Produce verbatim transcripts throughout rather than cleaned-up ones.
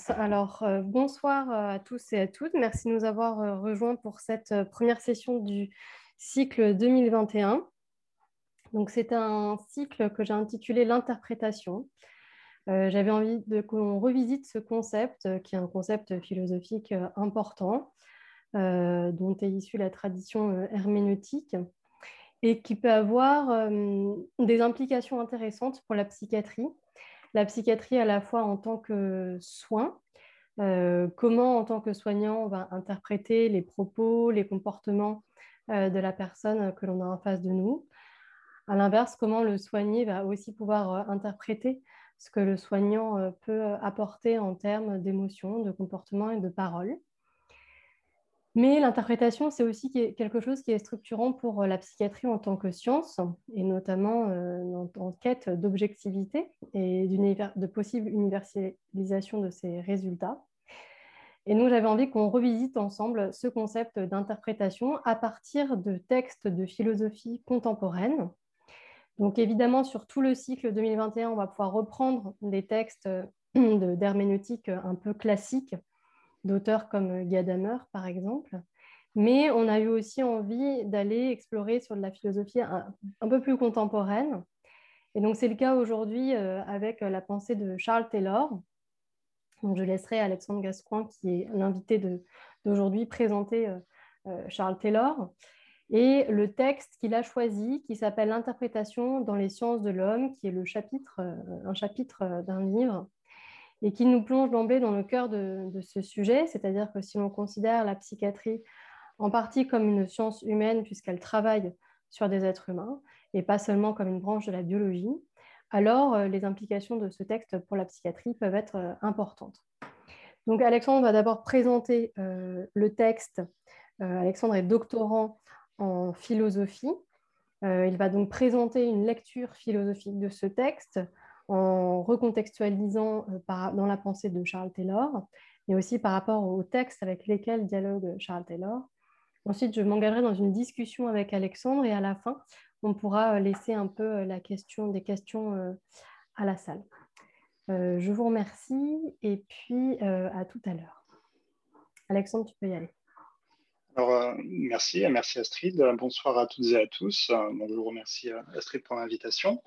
tous. Alors, euh, bonsoir euh, à tous et à toutes. Merci de nous avoir euh, rejoints pour cette euh, première session du cycle deux mille vingt et un. Donc, c'est un cycle que j'ai intitulé l'interprétation. Euh, j'avais envie de qu'on revisite ce concept, euh, qui est un concept philosophique euh, important, euh, dont est issue la tradition euh, herméneutique, et qui peut avoir euh, des implications intéressantes pour la psychiatrie. La psychiatrie à la fois en tant que soin, euh, comment en tant que soignant on va interpréter les propos, les comportements euh, de la personne que l'on a en face de nous. À l'inverse, comment le soigné va aussi pouvoir euh, interpréter ce que le soignant euh, peut apporter en termes d'émotions, de comportements et de paroles. Mais l'interprétation, c'est aussi quelque chose qui est structurant pour la psychiatrie en tant que science, et notamment euh, en, en quête d'objectivité et de possible universalisation de ces résultats. Et nous, j'avais envie qu'on revisite ensemble ce concept d'interprétation à partir de textes de philosophie contemporaine. Donc évidemment, sur tout le cycle deux mille vingt et un, on va pouvoir reprendre des textes d'herméneutique un peu classiques, d'auteurs comme Gadamer, par exemple. Mais on a eu aussi envie d'aller explorer sur de la philosophie un, un peu plus contemporaine. Et donc, c'est le cas aujourd'hui euh, avec la pensée de Charles Taylor. Donc, je laisserai Alexandre Gascoigne, qui est l'invité d'aujourd'hui, présenter euh, euh, Charles Taylor. Et le texte qu'il a choisi, qui s'appelle L'interprétation dans les sciences de l'homme, qui est le chapitre, euh, un chapitre d'un livre, et qui nous plonge d'emblée dans le cœur de, de ce sujet, c'est-à-dire que si l'on considère la psychiatrie en partie comme une science humaine, puisqu'elle travaille sur des êtres humains, et pas seulement comme une branche de la biologie, alors euh, les implications de ce texte pour la psychiatrie peuvent être euh, importantes. Donc Alexandre va d'abord présenter euh, le texte. Euh, Alexandre est doctorant en philosophie. Euh, il va donc présenter une lecture philosophique de ce texte en recontextualisant euh, par, dans la pensée de Charles Taylor, mais aussi par rapport aux textes avec lesquels dialogue Charles Taylor. Ensuite, je m'engagerai dans une discussion avec Alexandre et à la fin, on pourra laisser un peu la question, des questions euh, à la salle. Euh, je vous remercie et puis euh, à tout à l'heure. Alexandre, tu peux y aller. Alors, euh, merci, merci Astrid. Bonsoir à toutes et à tous. Donc, je vous remercie Astrid pour l'invitation.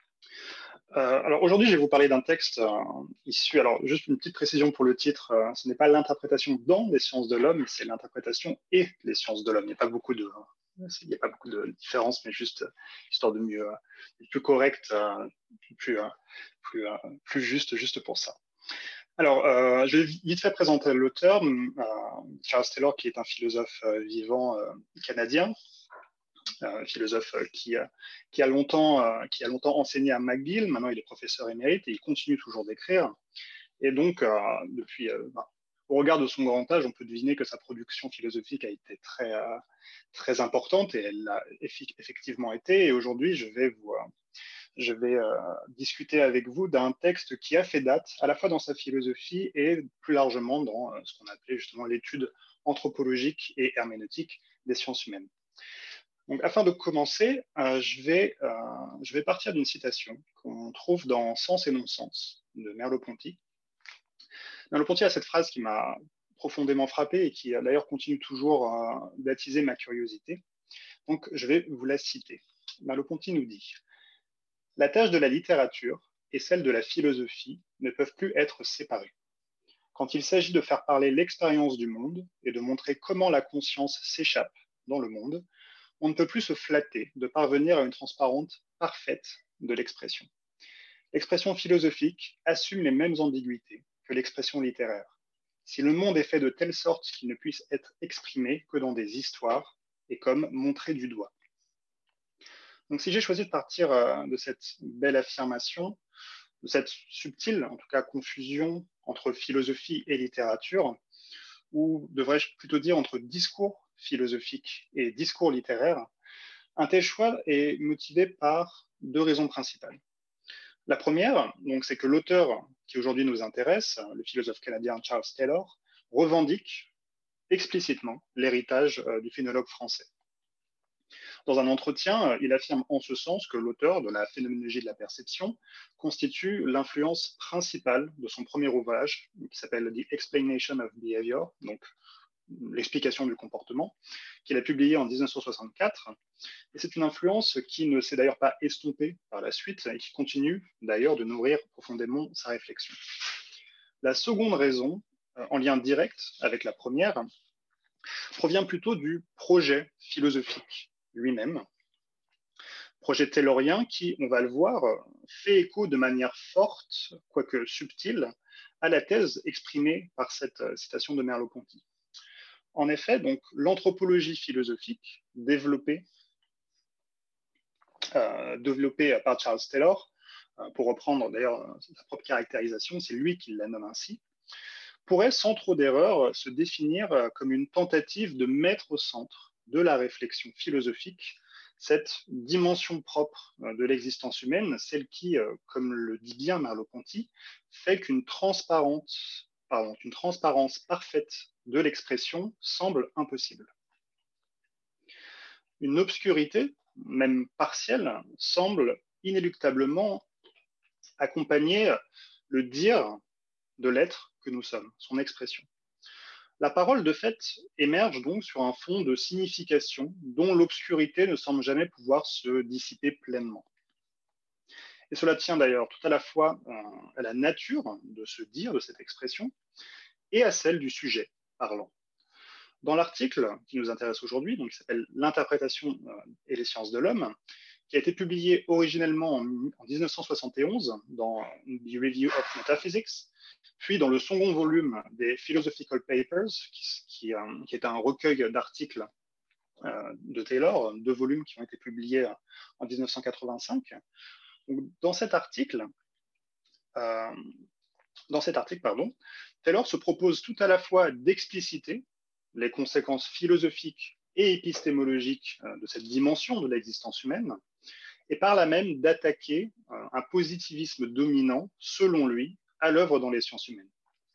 Euh, alors aujourd'hui, je vais vous parler d'un texte euh, issu, alors juste une petite précision pour le titre, euh, ce n'est pas l'interprétation dans les sciences de l'homme, c'est l'interprétation et les sciences de l'homme. Il n'y a pas beaucoup de, il n'y a pas beaucoup de différence, mais juste euh, histoire de mieux, euh, plus correct, euh, plus, euh, plus, euh, plus juste, juste pour ça. Alors, euh, je vais vite fait présenter l'auteur, euh, Charles Taylor, qui est un philosophe euh, vivant euh, canadien. Un philosophe qui, qui, a longtemps, qui a longtemps enseigné à McGill. Maintenant, il est professeur émérite et il continue toujours d'écrire. Et donc, euh, depuis, euh, bah, au regard de son grand âge, on peut deviner que sa production philosophique a été très, euh, très importante et elle l'a effectivement été. Et aujourd'hui, je vais vous, euh, je vais euh, discuter avec vous d'un texte qui a fait date, à la fois dans sa philosophie et plus largement dans euh, ce qu'on appelait justement l'étude anthropologique et herméneutique des sciences humaines. Donc, afin de commencer, euh, je, vais, euh, je vais partir d'une citation qu'on trouve dans Sens et non-sens de Merleau-Ponty. Merleau-Ponty a cette phrase qui m'a profondément frappé et qui d'ailleurs continue toujours euh, d'attiser ma curiosité. Donc, je vais vous la citer. Merleau-Ponty nous dit « La tâche de la littérature et celle de la philosophie ne peuvent plus être séparées. Quand il s'agit de faire parler l'expérience du monde et de montrer comment la conscience s'échappe dans le monde, on ne peut plus se flatter de parvenir à une transparence parfaite de l'expression. L'expression philosophique assume les mêmes ambiguïtés que l'expression littéraire. Si le monde est fait de telle sorte qu'il ne puisse être exprimé que dans des histoires et comme montré du doigt. » Donc si j'ai choisi de partir de cette belle affirmation, de cette subtile, en tout cas, confusion entre philosophie et littérature, ou devrais-je plutôt dire entre discours philosophique et discours littéraire, un tel choix est motivé par deux raisons principales. La première, donc, c'est que l'auteur qui aujourd'hui nous intéresse, le philosophe canadien Charles Taylor, revendique explicitement l'héritage euh, du phénologue français. Dans un entretien, il affirme en ce sens que l'auteur de la phénoménologie de la perception constitue l'influence principale de son premier ouvrage, qui s'appelle The Explanation of Behavior, donc l'explication du comportement, qu'il a publié en mille neuf cent soixante-quatre. Et c'est une influence qui ne s'est d'ailleurs pas estompée par la suite et qui continue d'ailleurs de nourrir profondément sa réflexion. La seconde raison, en lien direct avec la première, provient plutôt du projet philosophique lui-même, projet taylorien qui, on va le voir, fait écho de manière forte, quoique subtile, à la thèse exprimée par cette citation de Merleau-Ponty. En effet, donc, l'anthropologie philosophique développée, euh, développée par Charles Taylor, euh, pour reprendre d'ailleurs sa propre caractérisation, c'est lui qui la nomme ainsi, pourrait sans trop d'erreur se définir comme une tentative de mettre au centre de la réflexion philosophique cette dimension propre de l'existence humaine, celle qui, comme le dit bien Merleau-Ponty, fait qu'une transparence, pardon, qu'une transparence parfaite de l'expression semble impossible. Une obscurité, même partielle, semble inéluctablement accompagner le dire de l'être que nous sommes, son expression. La parole, de fait, émerge donc sur un fond de signification dont l'obscurité ne semble jamais pouvoir se dissiper pleinement. Et cela tient d'ailleurs tout à la fois à la nature de ce dire, de cette expression, et à celle du sujet parlant. Dans l'article qui nous intéresse aujourd'hui, donc qui s'appelle « L'interprétation et les sciences de l'homme », qui a été publié originellement en mille neuf cent soixante et onze dans The Review of Metaphysics, puis dans le second volume des Philosophical Papers, qui, qui, euh, qui est un recueil d'articles euh, de Taylor, deux volumes qui ont été publiés en mille neuf cent quatre-vingt-cinq. Donc, dans cet article, euh, dans cet article pardon, Taylor se propose tout à la fois d'expliciter les conséquences philosophiques et épistémologiques de cette dimension de l'existence humaine, et par là même d'attaquer un positivisme dominant, selon lui, à l'œuvre dans les sciences humaines.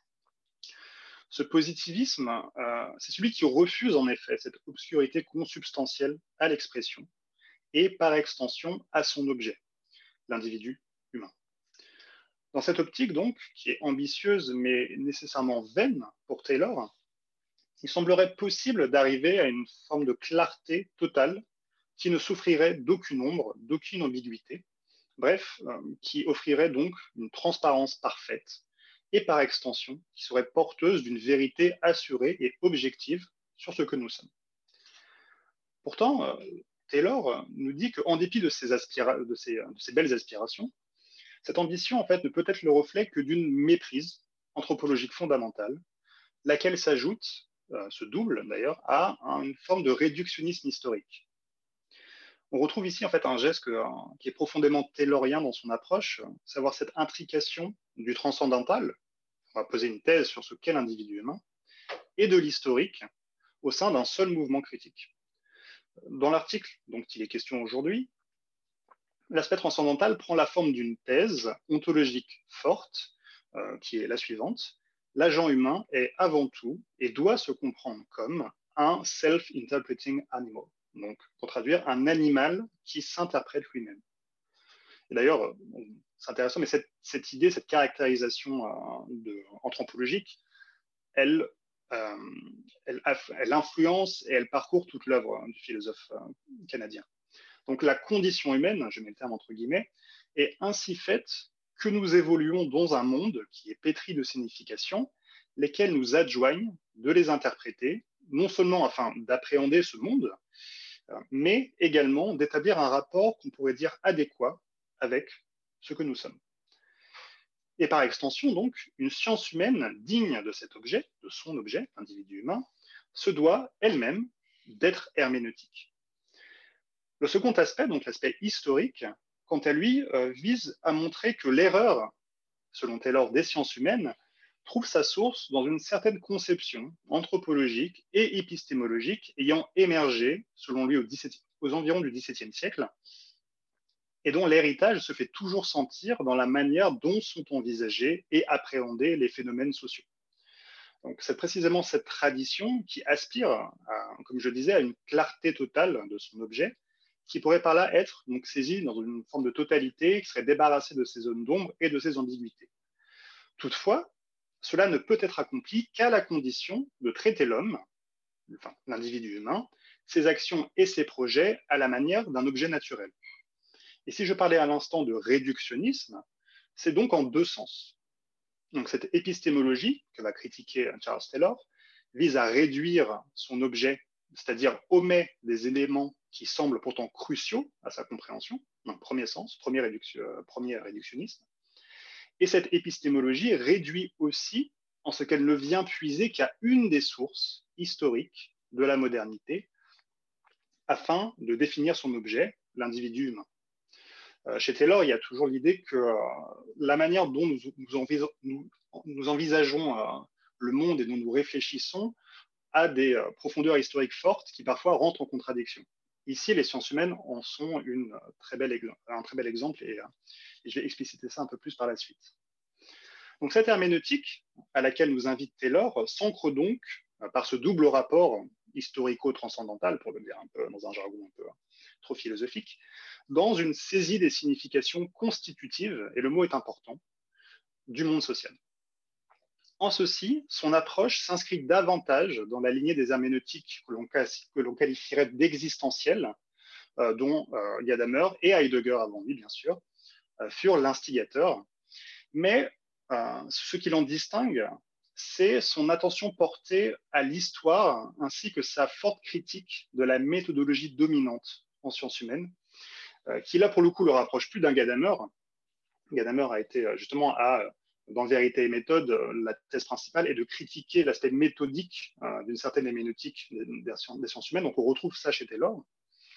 Ce positivisme, euh, c'est celui qui refuse en effet cette obscurité consubstantielle à l'expression et par extension à son objet, l'individu humain. Dans cette optique donc, qui est ambitieuse mais nécessairement vaine pour Taylor, il semblerait possible d'arriver à une forme de clarté totale qui ne souffrirait d'aucune ombre, d'aucune ambiguïté, bref, euh, qui offrirait donc une transparence parfaite et par extension, qui serait porteuse d'une vérité assurée et objective sur ce que nous sommes. Pourtant, euh, Taylor nous dit qu'en dépit de ces, aspira- de, ces, de ces belles aspirations, cette ambition en fait ne peut être le reflet que d'une méprise anthropologique fondamentale, laquelle s'ajoute, euh, se double d'ailleurs, à une forme de réductionnisme historique. On retrouve ici en fait un geste que, qui est profondément taylorien dans son approche, savoir cette intrication du transcendantal, on va poser une thèse sur ce qu'est l'individu humain, et de l'historique au sein d'un seul mouvement critique. Dans l'article dont il est question aujourd'hui, l'aspect transcendantal prend la forme d'une thèse ontologique forte, euh, qui est la suivante. L'agent humain est avant tout et doit se comprendre comme un self-interpreting animal. Donc, pour traduire, un animal qui s'interprète lui-même. Et d'ailleurs, bon, c'est intéressant, mais cette, cette idée, cette caractérisation euh, de, anthropologique, elle, euh, elle, elle influence et elle parcourt toute l'œuvre hein, du philosophe euh, canadien. Donc la condition humaine, je mets le terme entre guillemets, est ainsi faite que nous évoluons dans un monde qui est pétri de significations, lesquelles nous adjoignent de les interpréter, non seulement afin d'appréhender ce monde, mais également d'établir un rapport qu'on pourrait dire adéquat avec ce que nous sommes. Et par extension, donc, une science humaine digne de cet objet, de son objet, l'individu humain, se doit elle-même d'être herméneutique. Le second aspect, donc l'aspect historique, quant à lui, euh, vise à montrer que l'erreur, selon Taylor, des sciences humaines, trouve sa source dans une certaine conception anthropologique et épistémologique ayant émergé, selon lui, aux environs du dix-septième siècle, et dont l'héritage se fait toujours sentir dans la manière dont sont envisagés et appréhendés les phénomènes sociaux. Donc, c'est précisément cette tradition qui aspire, à, comme je disais, à une clarté totale de son objet, qui pourrait par là être donc saisie dans une forme de totalité, qui serait débarrassée de ses zones d'ombre et de ses ambiguïtés. Toutefois, cela ne peut être accompli qu'à la condition de traiter l'homme, enfin, l'individu humain, ses actions et ses projets à la manière d'un objet naturel. Et si je parlais à l'instant de réductionnisme, c'est donc en deux sens. Donc cette épistémologie que va critiquer Charles Taylor vise à réduire son objet, c'est-à-dire omet des éléments qui semblent pourtant cruciaux à sa compréhension, donc premier sens, premier, réduction, euh, premier réductionnisme. Et cette épistémologie réduit aussi en ce qu'elle ne vient puiser qu'à une des sources historiques de la modernité afin de définir son objet, l'individu humain. Euh, chez Taylor, il y a toujours l'idée que euh, la manière dont nous, nous, envis nous, nous envisageons euh, le monde et dont nous réfléchissons a des euh, profondeurs historiques fortes qui parfois rentrent en contradiction. Ici, les sciences humaines en sont une, euh, très belle, un très bel exemple et, euh, et je vais expliciter ça un peu plus par la suite. Donc cette herméneutique à laquelle nous invite Taylor s'ancre donc euh, par ce double rapport historico-transcendantal, pour le dire un peu dans un jargon un peu trop philosophique, dans une saisie des significations constitutives, et le mot est important, du monde social. En ceci, son approche s'inscrit davantage dans la lignée des herméneutiques que l'on, que l'on qualifierait d'existentielles, euh, dont euh, Gadamer et Heidegger avant lui, bien sûr, euh, furent l'instigateur. Mais euh, ce qui l'en distingue, c'est son attention portée à l'histoire ainsi que sa forte critique de la méthodologie dominante en sciences humaines, euh, qui là pour le coup le rapproche plus d'un Gadamer. Gadamer a été justement à, dans Vérité et méthode, la thèse principale est de critiquer l'aspect méthodique euh, d'une certaine herméneutique des, des sciences humaines. Donc on retrouve ça chez Taylor.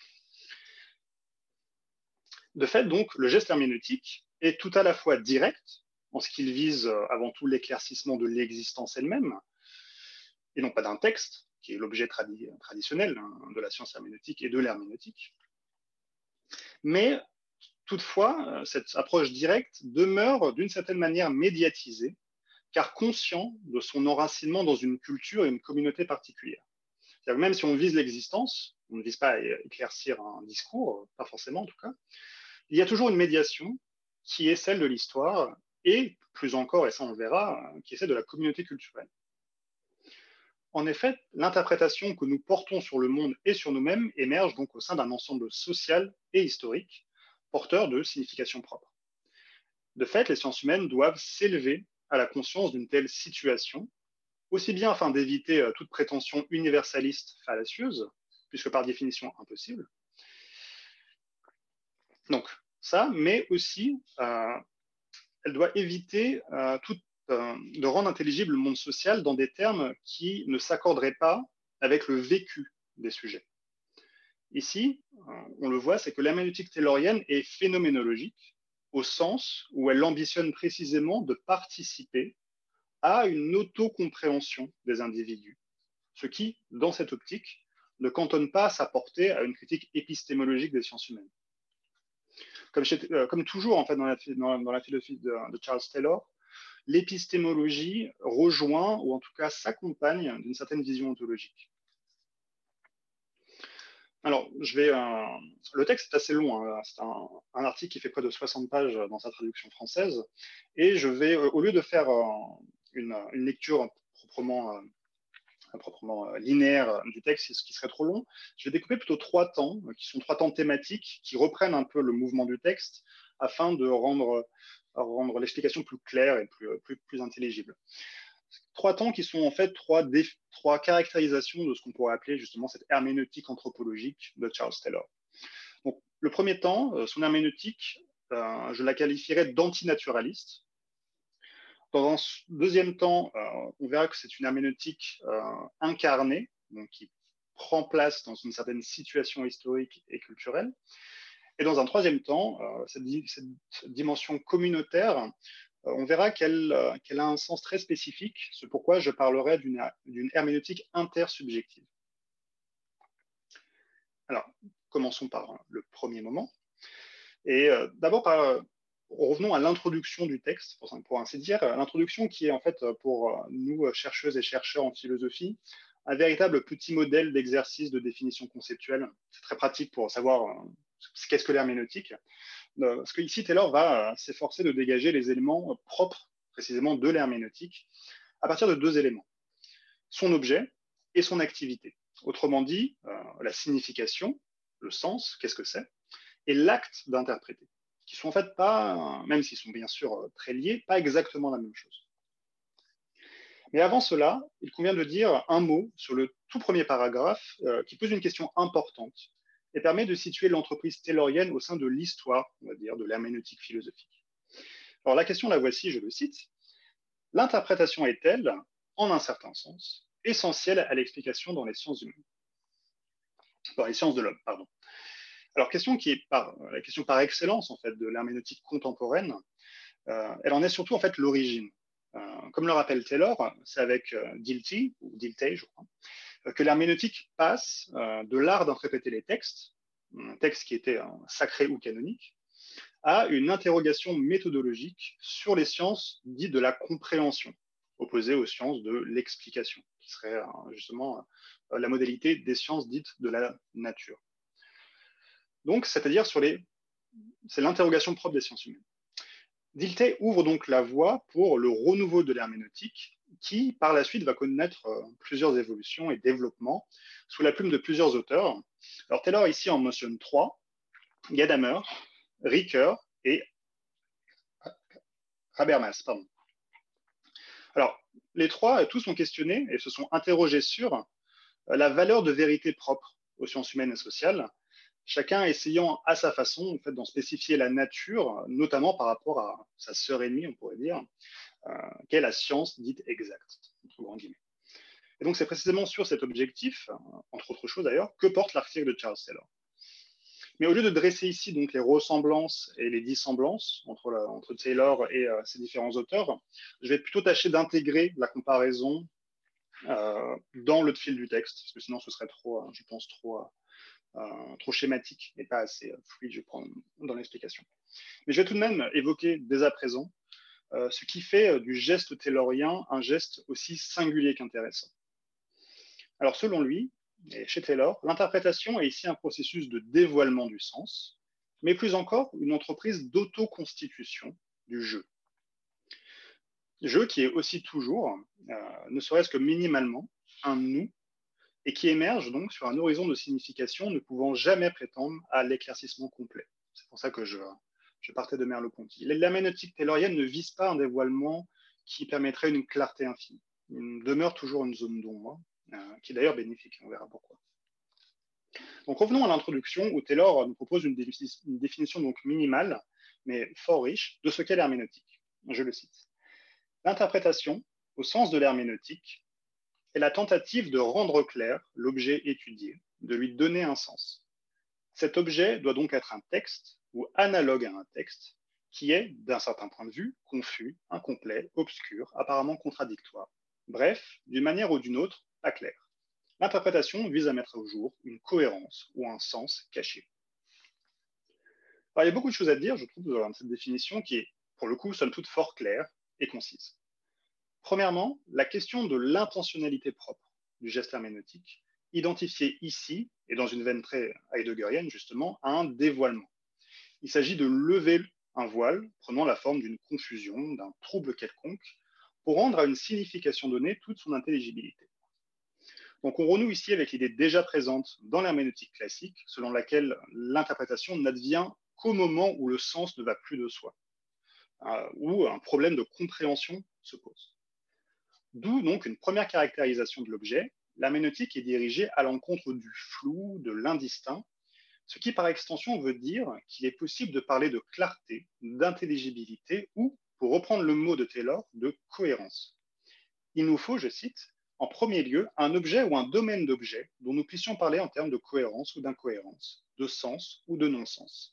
De fait, donc, le geste herméneutique est tout à la fois direct, en ce qu'il vise avant tout l'éclaircissement de l'existence elle-même, et non pas d'un texte, qui est l'objet tradi traditionnel hein, de la science herméneutique et de l'herméneutique. Mais toutefois, cette approche directe demeure d'une certaine manière médiatisée, car conscient de son enracinement dans une culture et une communauté particulière. Même si on vise l'existence, on ne vise pas à éclaircir un discours, pas forcément en tout cas, il y a toujours une médiation qui est celle de l'histoire et, plus encore, et ça on le verra, qui est celle de la communauté culturelle. En effet, l'interprétation que nous portons sur le monde et sur nous-mêmes émerge donc au sein d'un ensemble social et historique, porteur de significations propres. De fait, les sciences humaines doivent s'élever à la conscience d'une telle situation, aussi bien afin d'éviter toute prétention universaliste fallacieuse, puisque par définition impossible. Donc, ça, mais aussi, euh, elle doit éviter euh, tout, euh, de rendre intelligible le monde social dans des termes qui ne s'accorderaient pas avec le vécu des sujets. Ici, euh, on le voit, c'est que l'herméneutique taylorienne est phénoménologique au sens où elle ambitionne précisément de participer à une autocompréhension des individus, ce qui, dans cette optique, ne cantonne pas sa portée à une critique épistémologique des sciences humaines. Comme, chez, euh, comme toujours en fait, dans, la, dans, dans la philosophie de, de Charles Taylor, l'épistémologie rejoint, ou en tout cas s'accompagne d'une certaine vision ontologique. Alors, je vais, euh, le texte est assez long, hein, c'est un, un article qui fait près de soixante pages dans sa traduction française, et je vais, euh, au lieu de faire euh, une, une lecture proprement, euh, proprement linéaire du texte, ce qui serait trop long, je vais découper plutôt trois temps, qui sont trois temps thématiques, qui reprennent un peu le mouvement du texte, afin de rendre, rendre l'explication plus claire et plus, plus, plus intelligible. Trois temps qui sont en fait trois, trois caractérisations de ce qu'on pourrait appeler justement cette herméneutique anthropologique de Charles Taylor. Donc, le premier temps, son herméneutique, euh, je la qualifierais d'antinaturaliste. Dans un deuxième temps, euh, on verra que c'est une herméneutique euh, incarnée, donc qui prend place dans une certaine situation historique et culturelle. Et dans un troisième temps, euh, cette, cette dimension communautaire, on verra qu'elle qu'elle a un sens très spécifique, c'est pourquoi je parlerai d'une herméneutique intersubjective. Alors, commençons par le premier moment. Et euh, d'abord par revenons à l'introduction du texte, pour, pour ainsi dire, l'introduction qui est en fait pour nous, chercheuses et chercheurs en philosophie, un véritable petit modèle d'exercice de définition conceptuelle. C'est très pratique pour savoir qu'est-ce que l'herméneutique. Parce qu'ici, Taylor va s'efforcer de dégager les éléments propres, précisément, de l'herméneutique, à partir de deux éléments. Son objet et son activité. Autrement dit, euh, la signification, le sens, qu'est-ce que c'est, et l'acte d'interpréter, qui sont en fait pas, même s'ils sont bien sûr très liés, pas exactement la même chose. Mais avant cela, il convient de dire un mot sur le tout premier paragraphe euh, qui pose une question importante et permet de situer l'entreprise taylorienne au sein de l'histoire, on va dire, de l'herméneutique philosophique. Alors la question la voici, je le cite. L'interprétation est-elle, en un certain sens, essentielle à l'explication dans les sciences humaines, dans les sciences de l'homme, pardon. Alors, question qui est par, la question par excellence en fait de l'herméneutique contemporaine, euh, elle en est surtout en fait l'origine. Euh, comme le rappelle Taylor, c'est avec euh, Dilthey, ou Dilthey, je crois, euh, que l'herméneutique passe euh, de l'art d'interpréter les textes, un texte qui était euh, sacré ou canonique, à une interrogation méthodologique sur les sciences dites de la compréhension, opposées aux sciences de l'explication, qui serait euh, justement euh, la modalité des sciences dites de la nature. Donc, c'est-à-dire sur les, c'est l'interrogation propre des sciences humaines. Dilthey ouvre donc la voie pour le renouveau de l'herméneutique, qui par la suite va connaître euh, plusieurs évolutions et développements sous la plume de plusieurs auteurs. Alors Taylor ici en mentionne trois, Gadamer, Ricoeur et Habermas. Pardon. Alors, les trois, tous ont questionné et se sont interrogés sur la valeur de vérité propre aux sciences humaines et sociales, chacun essayant à sa façon en fait, d'en spécifier la nature, notamment par rapport à sa sœur ennemie, on pourrait dire, euh, qu'est la science dite exacte, entre grands guillemets. Et donc c'est précisément sur cet objectif, entre autres choses d'ailleurs, que porte l'article de Charles Taylor. Mais au lieu de dresser ici donc les ressemblances et les dissemblances entre, la, entre Taylor et euh, ses différents auteurs, je vais plutôt tâcher d'intégrer la comparaison euh, dans le fil du texte, parce que sinon ce serait trop, je pense, trop, euh, trop schématique et pas assez fluide, je prends dans l'explication. Mais je vais tout de même évoquer dès à présent euh, ce qui fait du geste taylorien un geste aussi singulier qu'intéressant. Alors selon lui, et chez Taylor, l'interprétation est ici un processus de dévoilement du sens, mais plus encore une entreprise d'autoconstitution du jeu. Jeu qui est aussi toujours, euh, ne serait-ce que minimalement, un nous, et qui émerge donc sur un horizon de signification ne pouvant jamais prétendre à l'éclaircissement complet. C'est pour ça que je, je partais de Merleau-Ponty. L'herméneutique taylorienne ne vise pas un dévoilement qui permettrait une clarté infinie. Il demeure toujours une zone d'ombre, euh, qui est d'ailleurs bénéfique, on verra pourquoi. Donc revenons à l'introduction où Taylor nous propose une, défi une définition donc minimale, mais fort riche, de ce qu'est l'herméneutique. Je le cite. L'interprétation, au sens de l'herméneutique, est la tentative de rendre clair l'objet étudié, de lui donner un sens. Cet objet doit donc être un texte ou analogue à un texte qui est, d'un certain point de vue, confus, incomplet, obscur, apparemment contradictoire. Bref, d'une manière ou d'une autre, pas clair. L'interprétation vise à mettre au jour une cohérence ou un sens caché. Alors, il y a beaucoup de choses à dire, je trouve, dans cette définition qui est, pour le coup, somme toute fort claire et concise. Premièrement, la question de l'intentionnalité propre du geste herméneutique, identifiée ici, et dans une veine très heideggerienne justement, à un dévoilement. Il s'agit de lever un voile prenant la forme d'une confusion, d'un trouble quelconque, pour rendre à une signification donnée toute son intelligibilité. Donc on renoue ici avec l'idée déjà présente dans l'herméneutique classique, selon laquelle l'interprétation n'advient qu'au moment où le sens ne va plus de soi, euh, où un problème de compréhension se pose. D'où donc une première caractérisation de l'objet. L'herméneutique est dirigée à l'encontre du flou, de l'indistinct, ce qui par extension veut dire qu'il est possible de parler de clarté, d'intelligibilité ou, pour reprendre le mot de Taylor, de cohérence. Il nous faut, je cite, en premier lieu, un objet ou un domaine d'objet dont nous puissions parler en termes de cohérence ou d'incohérence, de sens ou de non-sens.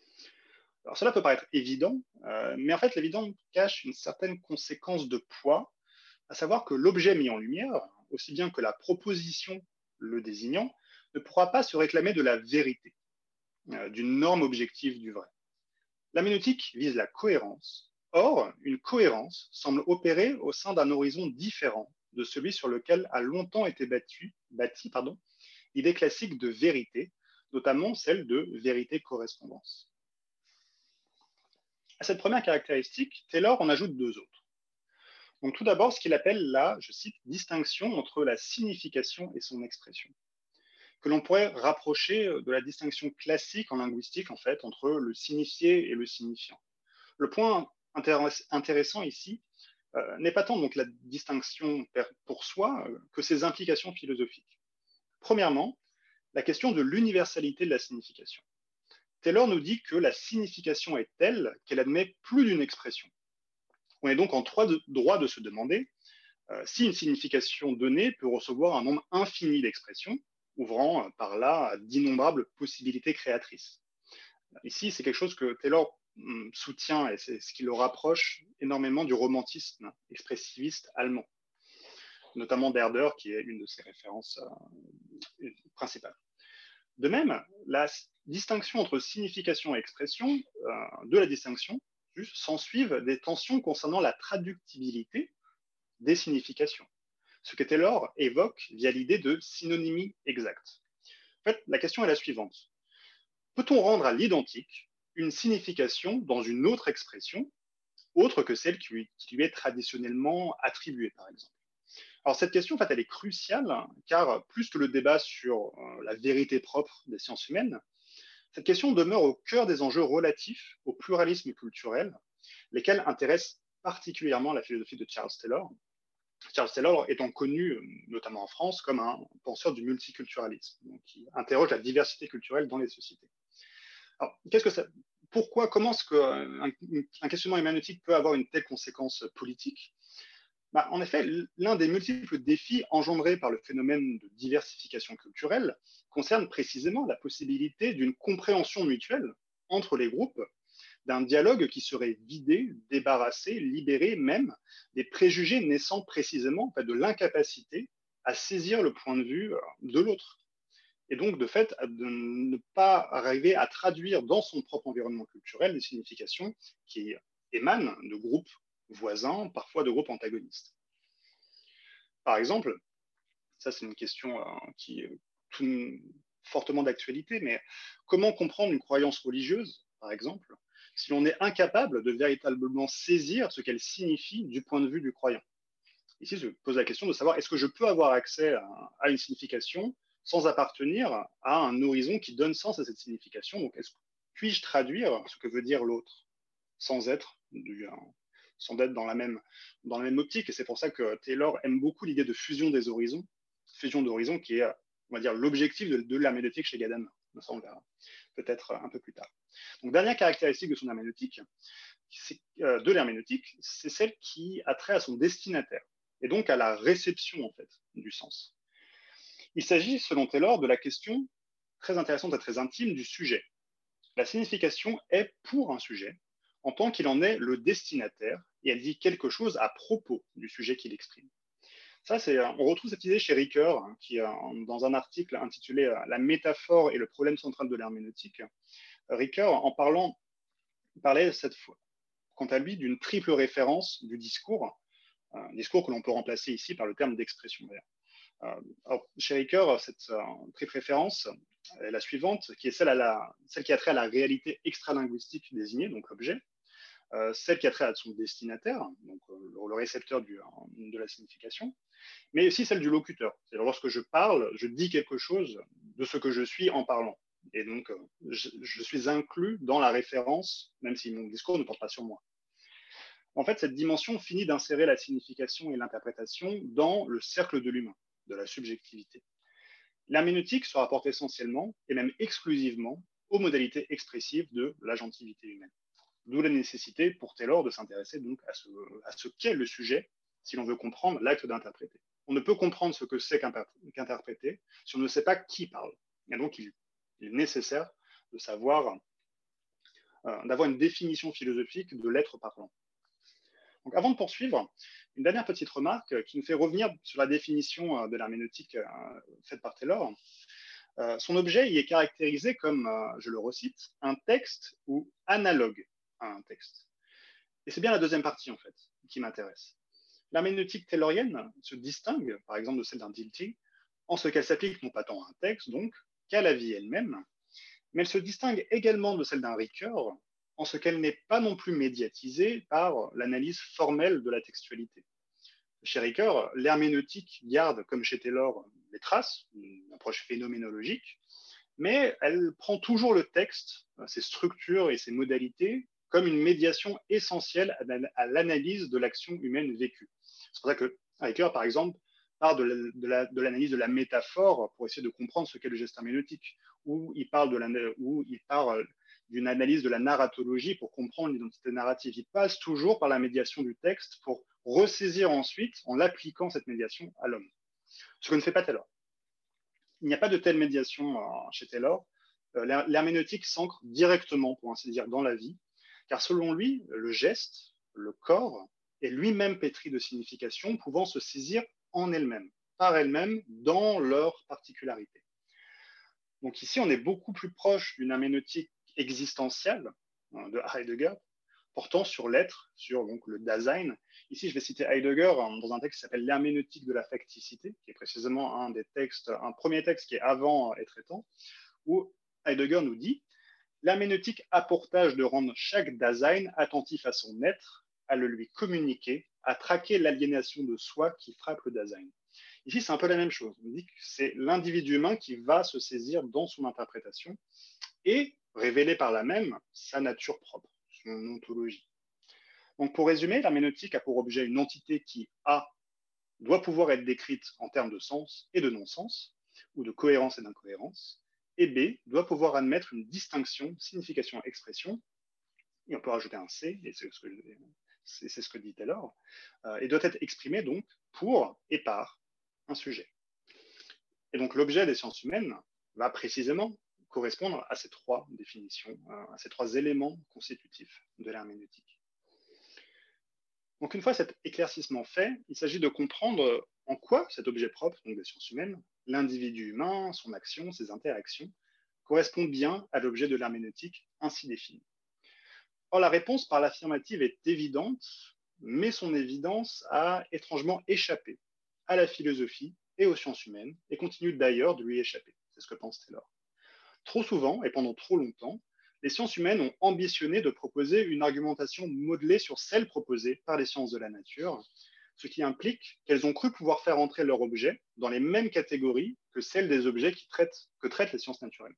Alors cela peut paraître évident, euh, mais en fait l'évidence cache une certaine conséquence de poids, à savoir que l'objet mis en lumière, aussi bien que la proposition le désignant, ne pourra pas se réclamer de la vérité, euh, d'une norme objective du vrai. L'herméneutique vise la cohérence. Or, une cohérence semble opérer au sein d'un horizon différent de celui sur lequel a longtemps été bâti, bâti pardon, l'idée classique de vérité, notamment celle de vérité-correspondance. À cette première caractéristique, Taylor en ajoute deux autres. Donc, tout d'abord, ce qu'il appelle la, je cite, distinction entre la signification et son expression, que l'on pourrait rapprocher de la distinction classique en linguistique, en fait, entre le signifié et le signifiant. Le point intéressant ici euh, n'est pas tant donc la distinction pour soi euh, que ses implications philosophiques. Premièrement, la question de l'universalité de la signification. Taylor nous dit que la signification est telle qu'elle admet plus d'une expression. On est donc en droit de, droit de se demander euh, si une signification donnée peut recevoir un nombre infini d'expressions, ouvrant euh, par là d'innombrables possibilités créatrices. Ici, c'est quelque chose que Taylor hum, soutient et c'est ce qui le rapproche énormément du romantisme expressiviste allemand, notamment d'Herder, qui est une de ses références euh, principales. De même, la distinction entre signification et expression, euh, de la distinction, s'ensuivent des tensions concernant la traductibilité des significations, ce que Taylor évoque via l'idée de synonymie exacte. En fait, la question est la suivante. Peut-on rendre à l'identique une signification dans une autre expression, autre que celle qui lui, qui lui est traditionnellement attribuée, par exemple? Alors cette question, en fait, elle est cruciale, car plus que le débat sur euh, la vérité propre des sciences humaines, cette question demeure au cœur des enjeux relatifs au pluralisme culturel, lesquels intéressent particulièrement la philosophie de Charles Taylor. Charles Taylor étant connu, notamment en France, comme un penseur du multiculturalisme, donc qui interroge la diversité culturelle dans les sociétés. Alors, qu'est-ce que ça, pourquoi, comment est-ce qu'un un questionnement herméneutique peut avoir une telle conséquence politique? Bah, en effet, l'un des multiples défis engendrés par le phénomène de diversification culturelle concerne précisément la possibilité d'une compréhension mutuelle entre les groupes, d'un dialogue qui serait vidé, débarrassé, libéré même des préjugés naissant précisément en fait, de l'incapacité à saisir le point de vue de l'autre. Et donc, de fait, de ne pas arriver à traduire dans son propre environnement culturel des significations qui émanent de groupes voisins, parfois de groupes antagonistes. Par exemple, ça c'est une question euh, qui est tout, fortement d'actualité, mais comment comprendre une croyance religieuse, par exemple, si l'on est incapable de véritablement saisir ce qu'elle signifie du point de vue du croyant? Ici, je pose la question de savoir est-ce que je peux avoir accès à, à une signification sans appartenir à un horizon qui donne sens à cette signification? Donc, puis-je traduire ce que veut dire l'autre sans être du, sans être dans la même, dans la même optique? Et c'est pour ça que Taylor aime beaucoup l'idée de fusion des horizons, fusion d'horizons qui est, on va dire, l'objectif de, de l'herméneutique chez Gadamer. Ça, on verra peut-être un peu plus tard. Donc, dernière caractéristique de son herméneutique, euh, de l'herméneutique, c'est celle qui a trait à son destinataire et donc à la réception en fait du sens. Il s'agit, selon Taylor, de la question très intéressante et très intime du sujet. La signification est pour un sujet en tant qu'il en est le destinataire et elle dit quelque chose à propos du sujet qu'il exprime. Ça, c'est, on retrouve cette idée chez Ricoeur, qui, dans un article intitulé « La métaphore et le problème central de l'herméneutique », Ricoeur, en parlant, parlait cette fois, quant à lui, d'une triple référence du discours, un discours que l'on peut remplacer ici par le terme d'expression. Alors, chez Ricoeur, cette euh, triple référence est la suivante, qui est celle, à la, celle qui a trait à la réalité extralinguistique désignée, donc l'objet, euh, celle qui a trait à son destinataire, donc euh, le, le récepteur du, de la signification, mais aussi celle du locuteur. C'est-à-dire lorsque je parle, je dis quelque chose de ce que je suis en parlant. Et donc, euh, je, je suis inclus dans la référence, même si mon discours ne porte pas sur moi. En fait, cette dimension finit d'insérer la signification et l'interprétation dans le cercle de l'humain, de la subjectivité. L'herméneutique se rapporte essentiellement, et même exclusivement, aux modalités expressives de l'agentivité humaine. D'où la nécessité pour Taylor de s'intéresser donc à ce, à ce qu'est le sujet, si l'on veut comprendre l'acte d'interpréter. On ne peut comprendre ce que c'est qu'interpréter si on ne sait pas qui parle. Et donc, il, il est nécessaire de savoir, euh, d'avoir une définition philosophique de l'être parlant. Donc, avant de poursuivre, une dernière petite remarque qui nous fait revenir sur la définition de l'herméneutique euh, faite par Taylor. Euh, son objet y est caractérisé comme, euh, je le recite, un texte ou analogue à un texte. Et c'est bien la deuxième partie, en fait, qui m'intéresse. L'herméneutique taylorienne se distingue, par exemple, de celle d'un Dilthey, en ce qu'elle s'applique non pas tant à un texte, donc, qu'à la vie elle-même, mais elle se distingue également de celle d'un Ricoeur, en ce qu'elle n'est pas non plus médiatisée par l'analyse formelle de la textualité. Chez Ricoeur, l'herméneutique garde, comme chez Taylor, les traces, une approche phénoménologique, mais elle prend toujours le texte, ses structures et ses modalités, comme une médiation essentielle à l'analyse de l'action humaine vécue. C'est pour ça que Ricoeur, par exemple, parle de l'analyse de, de la métaphore pour essayer de comprendre ce qu'est le geste herméneutique, ou il parle de la, où il parle d'une analyse de la narratologie pour comprendre l'identité narrative. Il passe toujours par la médiation du texte pour ressaisir ensuite, en l'appliquant cette médiation à l'homme. Ce que ne fait pas Taylor. Il n'y a pas de telle médiation chez Taylor. L'herméneutique s'ancre directement, pour ainsi dire, dans la vie, car selon lui, le geste, le corps, est lui-même pétri de signification, pouvant se saisir en elle-même, par elle-même, dans leur particularité. Donc ici, on est beaucoup plus proche d'une herméneutique existentielle de Heidegger, portant sur l'être, sur donc, le Dasein. Ici, je vais citer Heidegger dans un texte qui s'appelle L'herméneutique de la facticité, qui est précisément un des textes, un premier texte qui est avant Étretant, où Heidegger nous dit « L'herméneutique a pour tâche de rendre chaque Dasein attentif à son être, à le lui communiquer, à traquer l'aliénation de soi qui frappe le Dasein. » Ici, c'est un peu la même chose. On dit que c'est l'individu humain qui va se saisir dans son interprétation et révéler par là même sa nature propre, son ontologie. Donc, pour résumer, l'herméneutique a pour objet une entité qui, A, doit pouvoir être décrite en termes de sens et de non-sens, ou de cohérence et d'incohérence, et B, doit pouvoir admettre une distinction signification-expression, et on peut rajouter un C, et c'est ce que, c'est, c'est ce que dit Taylor, euh, et doit être exprimée donc pour et par un sujet. Et donc l'objet des sciences humaines va précisément correspondre à ces trois définitions, à ces trois éléments constitutifs de l'herméneutique. Donc une fois cet éclaircissement fait, il s'agit de comprendre en quoi cet objet propre, donc des sciences humaines, l'individu humain, son action, ses interactions, correspond bien à l'objet de l'herméneutique ainsi défini. Or la réponse par l'affirmative est évidente, mais son évidence a étrangement échappé à la philosophie et aux sciences humaines, et continue d'ailleurs de lui échapper. C'est ce que pense Taylor. Trop souvent, et pendant trop longtemps, les sciences humaines ont ambitionné de proposer une argumentation modelée sur celle proposée par les sciences de la nature, ce qui implique qu'elles ont cru pouvoir faire entrer leur objet dans les mêmes catégories que celles des objets qui traitent, que traitent les sciences naturelles.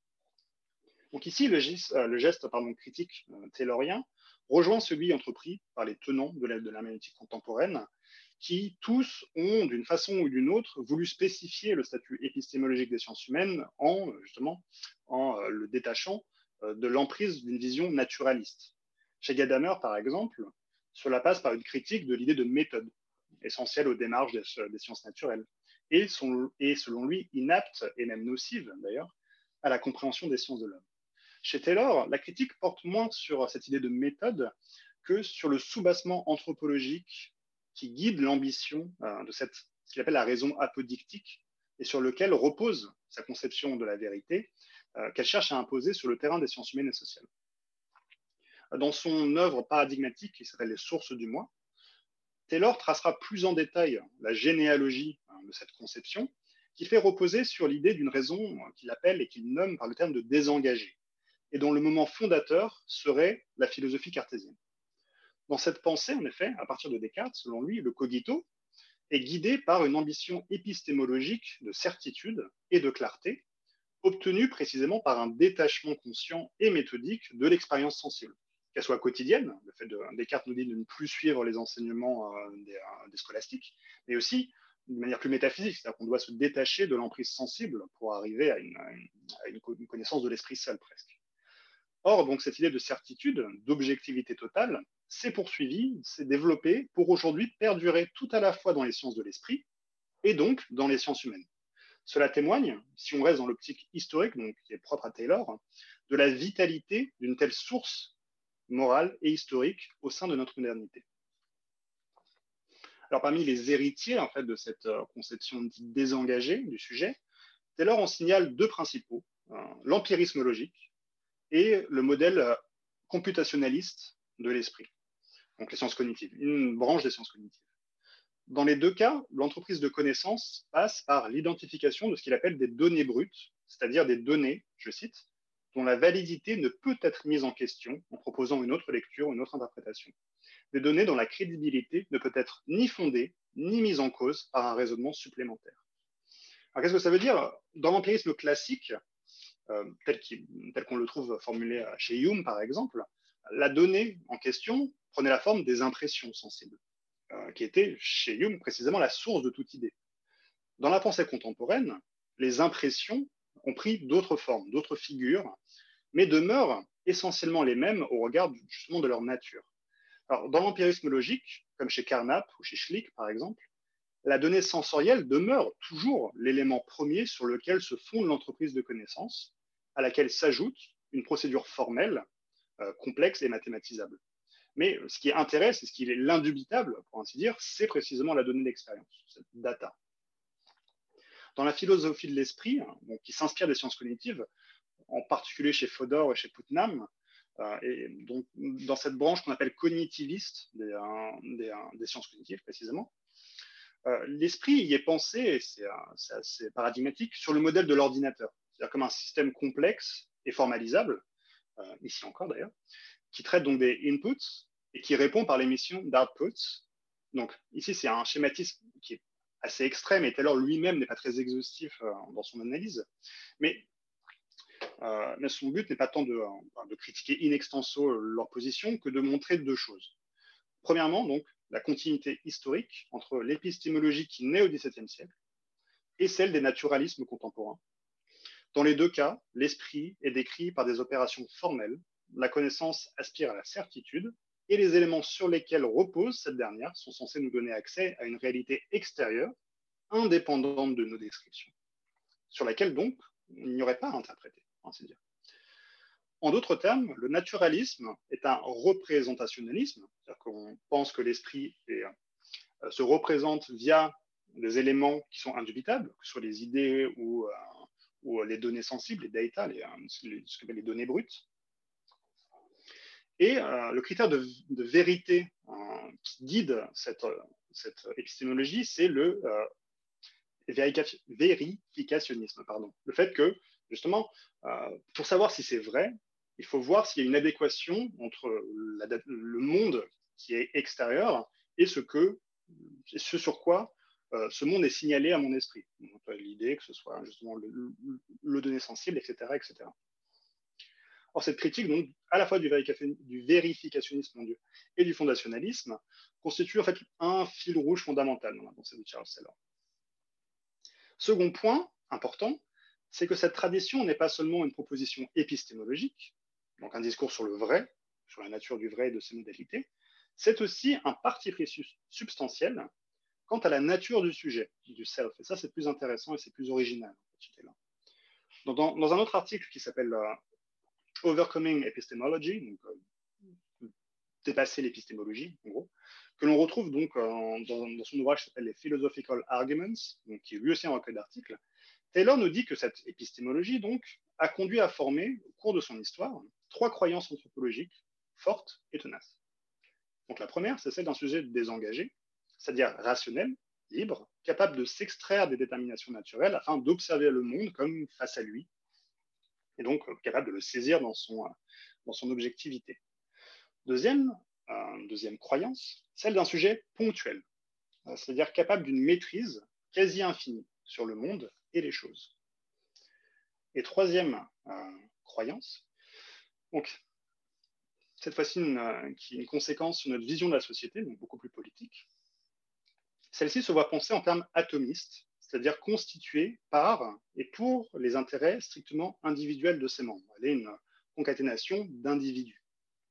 Donc ici, le geste, le geste pardon, critique euh, taylorien rejoint celui entrepris par les tenants de l'herméneutique contemporaine, qui tous ont, d'une façon ou d'une autre, voulu spécifier le statut épistémologique des sciences humaines en, justement, en euh, le détachant euh, de l'emprise d'une vision naturaliste. Chez Gadamer, par exemple, cela passe par une critique de l'idée de méthode, essentielle aux démarches des, des sciences naturelles, et, sont, et selon lui inapte, et même nocive d'ailleurs, à la compréhension des sciences de l'homme. Chez Taylor, la critique porte moins sur cette idée de méthode que sur le soubassement anthropologique qui guide l'ambition euh, de cette, ce qu'il appelle la raison apodictique, et sur lequel repose sa conception de la vérité, euh, qu'elle cherche à imposer sur le terrain des sciences humaines et sociales. Dans son œuvre paradigmatique, qui s'appelle Les sources du moi, Taylor tracera plus en détail la généalogie hein, de cette conception, qui fait reposer sur l'idée d'une raison qu'il appelle et qu'il nomme par le terme de désengagé, et dont le moment fondateur serait la philosophie cartésienne. Dans cette pensée, en effet, à partir de Descartes, selon lui, le cogito est guidé par une ambition épistémologique de certitude et de clarté, obtenue précisément par un détachement conscient et méthodique de l'expérience sensible, qu'elle soit quotidienne, le fait de Descartes nous dit de ne plus suivre les enseignements euh, des, euh, des scolastiques, mais aussi d'une manière plus métaphysique, c'est-à-dire qu'on doit se détacher de l'emprise sensible pour arriver à une, à une, à une connaissance de l'esprit seul presque. Or, donc, cette idée de certitude, d'objectivité totale, s'est poursuivie, s'est développée pour aujourd'hui perdurer tout à la fois dans les sciences de l'esprit et donc dans les sciences humaines. Cela témoigne, si on reste dans l'optique historique, donc, qui est propre à Taylor, de la vitalité d'une telle source morale et historique au sein de notre modernité. Alors, parmi les héritiers en fait, de cette conception dite désengagée du sujet, Taylor en signale deux principaux, hein, l'empirisme logique et le modèle computationnaliste de l'esprit, donc les sciences cognitives, une branche des sciences cognitives. Dans les deux cas, l'entreprise de connaissance passe par l'identification de ce qu'il appelle des données brutes, c'est-à-dire des données, je cite, dont la validité ne peut être mise en question en proposant une autre lecture, une autre interprétation. Des données dont la crédibilité ne peut être ni fondée, ni mise en cause par un raisonnement supplémentaire. Alors, qu'est-ce que ça veut dire? Dans l'empirisme classique, euh, tel, tel qu'on le trouve formulé chez Hume, par exemple, la donnée en question prenait la forme des impressions sensibles, euh, qui étaient, chez Hume, précisément la source de toute idée. Dans la pensée contemporaine, les impressions ont pris d'autres formes, d'autres figures, mais demeurent essentiellement les mêmes au regard justement de leur nature. Alors, dans l'empirisme logique, comme chez Carnap ou chez Schlick, par exemple, la donnée sensorielle demeure toujours l'élément premier sur lequel se fonde l'entreprise de connaissance, à laquelle s'ajoute une procédure formelle, euh, complexe et mathématisable. Mais ce qui intéresse et ce qui est l'indubitable, pour ainsi dire, c'est précisément la donnée d'expérience, cette data. Dans la philosophie de l'esprit, donc, qui s'inspire des sciences cognitives, en particulier chez Fodor et chez Putnam, euh, et donc dans cette branche qu'on appelle cognitiviste des, euh, des, euh, des sciences cognitives précisément, euh, l'esprit y est pensé, et c'est euh, assez paradigmatique, sur le modèle de l'ordinateur, c'est-à-dire comme un système complexe et formalisable, euh, ici encore d'ailleurs, qui traite donc des inputs et qui répond par l'émission d'outputs. Donc ici, c'est un schématisme qui est assez extrême et Taylor lui-même n'est pas très exhaustif euh, dans son analyse, mais, euh, mais son but n'est pas tant de, euh, de critiquer in extenso leur position que de montrer deux choses. Premièrement, donc, la continuité historique entre l'épistémologie qui naît au dix-septième siècle et celle des naturalismes contemporains. Dans les deux cas, l'esprit est décrit par des opérations formelles, la connaissance aspire à la certitude, et les éléments sur lesquels repose cette dernière sont censés nous donner accès à une réalité extérieure, indépendante de nos descriptions, sur laquelle donc il n'y aurait pas à interpréter, ainsi dire. En d'autres termes, le naturalisme est un représentationnalisme, c'est-à-dire qu'on pense que l'esprit est, euh, se représente via des éléments qui sont indubitables, que ce soit les idées ou, euh, ou les données sensibles, les data, les, les, ce qu'on appelle les données brutes. Et euh, le critère de, de vérité euh, qui guide cette, cette épistémologie, c'est le euh, vérificationnisme. Pardon. Le fait que, justement, euh, pour savoir si c'est vrai, il faut voir s'il y a une adéquation entre la, le monde qui est extérieur et ce, que, ce sur quoi euh, ce monde est signalé à mon esprit. L'idée que ce soit justement le, le, le donné sensible, et cetera, et cetera. Or, cette critique, donc, à la fois du, du vérificationnisme mon Dieu, et du fondationalisme, constitue en fait un fil rouge fondamental dans la pensée de Charles Taylor. Second point important, c'est que cette tradition n'est pas seulement une proposition épistémologique, donc un discours sur le vrai, sur la nature du vrai et de ses modalités, c'est aussi un parti pris substantiel quant à la nature du sujet, du self. Et ça, c'est plus intéressant et c'est plus original. Dans, dans, dans un autre article qui s'appelle euh, Overcoming Epistemology, donc euh, dépasser l'épistémologie, en gros, que l'on retrouve donc euh, dans, dans son ouvrage qui s'appelle les Philosophical Arguments, donc qui est lui aussi un recueil d'articles. Taylor nous dit que cette épistémologie donc a conduit à former, au cours de son histoire, trois croyances anthropologiques fortes et tenaces. Donc la première, c'est celle d'un sujet désengagé, c'est-à-dire rationnel, libre, capable de s'extraire des déterminations naturelles afin d'observer le monde comme face à lui, et donc euh, capable de le saisir dans son, euh, dans son objectivité. Deuxième, euh, deuxième croyance, celle d'un sujet ponctuel, euh, c'est-à-dire capable d'une maîtrise quasi infinie sur le monde et les choses. Et troisième euh, croyance, donc cette fois-ci une, euh, qui est une conséquence sur notre vision de la société, donc beaucoup plus politique. Celle-ci se voit penser en termes atomistes, c'est-à-dire constituée par et pour les intérêts strictement individuels de ses membres. Elle est une concaténation d'individus.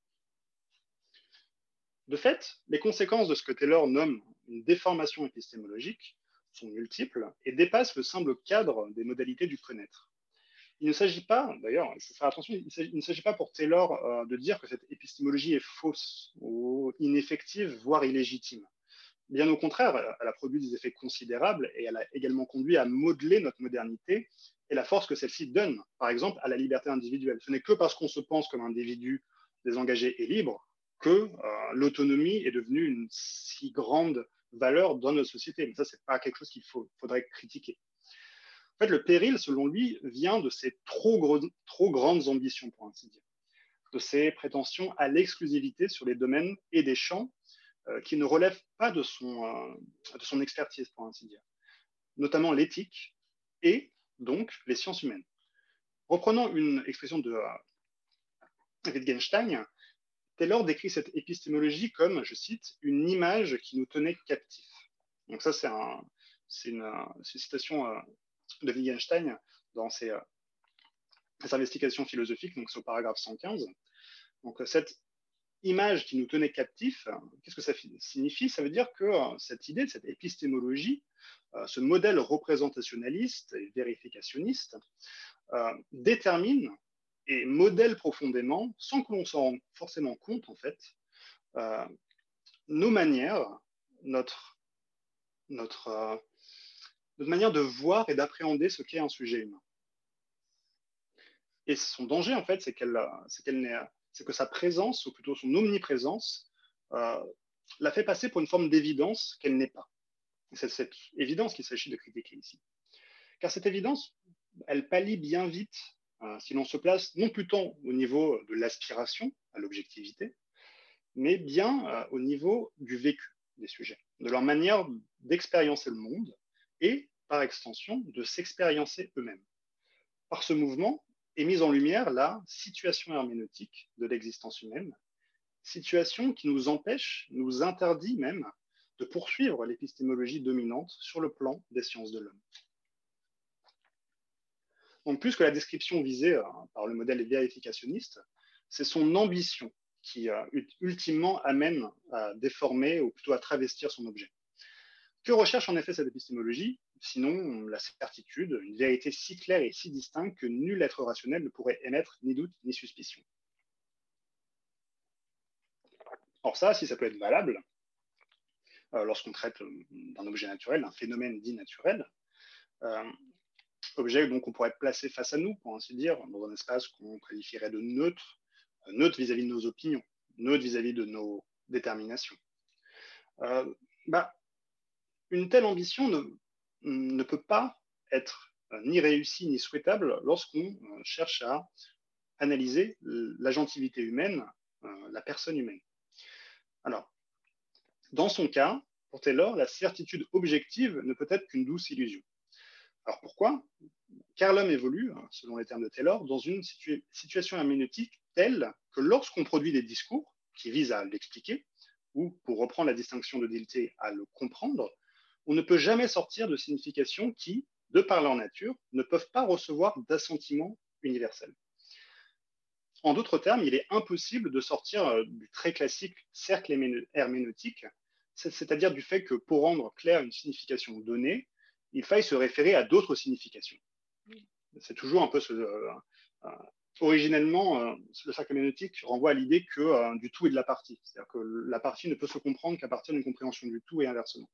De fait, les conséquences de ce que Taylor nomme une déformation épistémologique sont multiples et dépassent le simple cadre des modalités du connaître. Il ne s'agit pas, d'ailleurs, il faut faire attention, il ne s'agit pas pour Taylor euh, de dire que cette épistémologie est fausse ou ineffective, voire illégitime. Bien au contraire, elle a produit des effets considérables et elle a également conduit à modeler notre modernité et la force que celle-ci donne, par exemple, à la liberté individuelle. Ce n'est que parce qu'on se pense comme individu désengagé et libre que euh, l'autonomie est devenue une si grande valeur dans notre société. Mais ça, ce n'est pas quelque chose qu'il faut, faudrait critiquer. En fait, le péril, selon lui, vient de ces trop, gros, trop grandes ambitions, pour ainsi dire, de ces prétentions à l'exclusivité sur les domaines et des champs euh, qui ne relèvent pas de son, euh, de son expertise, pour ainsi dire, notamment l'éthique et donc les sciences humaines. Reprenons une expression de euh, Wittgenstein, Taylor décrit cette épistémologie comme, je cite, une image qui nous tenait captifs. Donc ça, c'est un, une, une citation euh, de Wittgenstein dans ses, euh, ses investigations philosophiques, donc c'est au paragraphe cent quinze. Donc cette image qui nous tenait captifs, qu'est-ce que ça signifie? Ça veut dire que euh, cette idée, cette épistémologie, euh, ce modèle représentationnaliste et vérificationniste, euh, détermine et modèle profondément, sans que l'on s'en rende forcément compte en fait, euh, nos manières, notre, notre, euh, notre manière de voir et d'appréhender ce qu'est un sujet humain. Et son danger en fait, c'est qu'elle, c'est qu'elle n'est, c'est que sa présence, ou plutôt son omniprésence, euh, la fait passer pour une forme d'évidence qu'elle n'est pas. C'est cette évidence qu'il s'agit de critiquer ici. Car cette évidence, elle pallie bien vite euh, si l'on se place non plus tant au niveau de l'aspiration à l'objectivité, mais bien euh, au niveau du vécu des sujets, de leur manière d'expériencer le monde et, par extension, de s'expériencer eux-mêmes. Par ce mouvement est mise en lumière la situation herméneutique de l'existence humaine, situation qui nous empêche, nous interdit même de poursuivre l'épistémologie dominante sur le plan des sciences de l'homme. Donc, plus que la description visée euh, par le modèle vérificationniste, c'est son ambition qui, euh, ultimement, amène à déformer ou plutôt à travestir son objet. Que recherche en effet cette épistémologie, sinon la certitude, une vérité si claire et si distincte que nul être rationnel ne pourrait émettre ni doute ni suspicion. Or ça, si ça peut être valable, euh, lorsqu'on traite d'un objet naturel, d'un phénomène dit naturel, euh, objet donc on pourrait placer face à nous, pour ainsi dire, dans un espace qu'on qualifierait de neutre, neutre vis-à-vis de nos opinions, neutre vis-à-vis de nos déterminations. Euh, bah, une telle ambition ne, ne peut pas être euh, ni réussie ni souhaitable lorsqu'on euh, cherche à analyser l'agentivité humaine, euh, la personne humaine. Alors, dans son cas, pour Taylor, la certitude objective ne peut être qu'une douce illusion. Alors pourquoi? Car l'homme évolue, selon les termes de Taylor, dans une situ situation herméneutique telle que lorsqu'on produit des discours qui visent à l'expliquer, ou, pour reprendre la distinction de Dilthey, à le comprendre, on ne peut jamais sortir de significations qui, de par leur nature, ne peuvent pas recevoir d'assentiment universel. En d'autres termes, il est impossible de sortir du très classique cercle herméneutique, c'est-à-dire du fait que pour rendre claire une signification donnée, il faille se référer à d'autres significations. C'est toujours un peu ce... Euh, euh, originellement, euh, le cercle herméneutique renvoie à l'idée que euh, du tout et de la partie. C'est-à-dire que la partie ne peut se comprendre qu'à partir d'une compréhension du tout et inversement.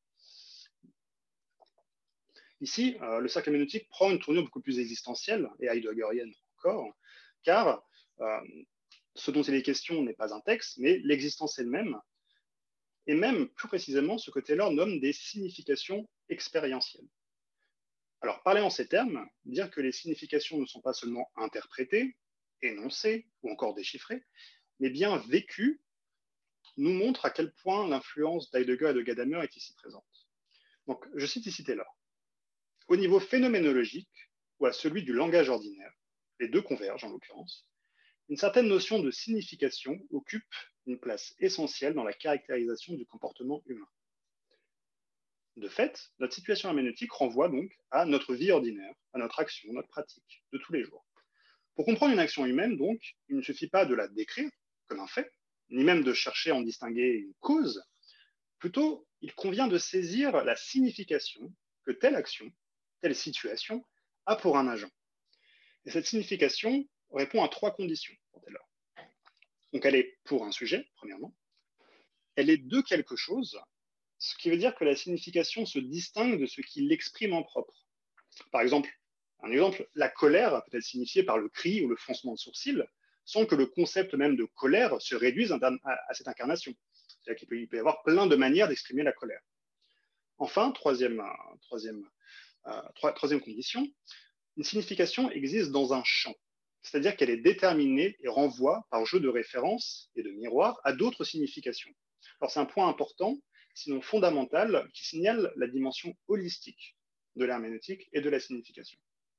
Ici, euh, le cercle herméneutique prend une tournure beaucoup plus existentielle, et heideggerienne encore, car euh, ce dont il est question n'est pas un texte, mais l'existence elle-même, et même plus précisément ce que Taylor nomme des significations expérientielles. Alors, parler en ces termes, dire que les significations ne sont pas seulement interprétées, énoncées ou encore déchiffrées, mais bien vécues, nous montre à quel point l'influence d'Heidegger et de Gadamer est ici présente. Donc, je cite ici Taylor. Au niveau phénoménologique, ou à celui du langage ordinaire, les deux convergent en l'occurrence, une certaine notion de signification occupe une place essentielle dans la caractérisation du comportement humain. De fait, notre situation herméneutique renvoie donc à notre vie ordinaire, à notre action, notre pratique de tous les jours. Pour comprendre une action humaine, donc, il ne suffit pas de la décrire comme un fait, ni même de chercher à en distinguer une cause. Plutôt, il convient de saisir la signification que telle action, telle situation a pour un agent. Et cette signification répond à trois conditions pour Taylor. Donc elle est pour un sujet, premièrement. Elle est de quelque chose, ce qui veut dire que la signification se distingue de ce qui l'exprime en propre. Par exemple, un exemple, la colère peut être signifiée par le cri ou le froncement de sourcils, sans que le concept même de colère se réduise à, à cette incarnation. C'est-à-dire qu'il peut, il peut y avoir plein de manières d'exprimer la colère. Enfin, troisième, troisième, euh, troisième condition, une signification existe dans un champ, c'est-à-dire qu'elle est déterminée et renvoie par jeu de référence et de miroir à d'autres significations. Alors c'est un point important, sinon fondamental, qui signale la dimension holistique de l'herméneutique et de la signification.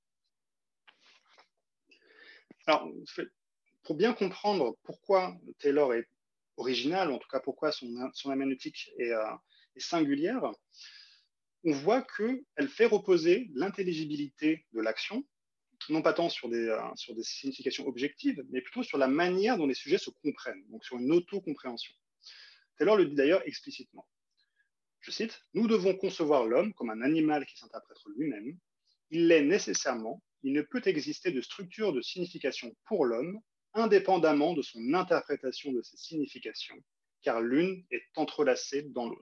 Alors, pour bien comprendre pourquoi Taylor est original, en tout cas pourquoi son, son herméneutique est, euh, est singulière, on voit qu'elle fait reposer l'intelligibilité de l'action, non pas tant sur des, euh, sur des significations objectives, mais plutôt sur la manière dont les sujets se comprennent, donc sur une auto-compréhension. Taylor le dit d'ailleurs explicitement. Je cite, « Nous devons concevoir l'homme comme un animal qui s'interprète lui-même. Il l'est nécessairement. Il ne peut exister de structure de signification pour l'homme indépendamment de son interprétation de ces significations, car l'une est entrelacée dans l'autre. »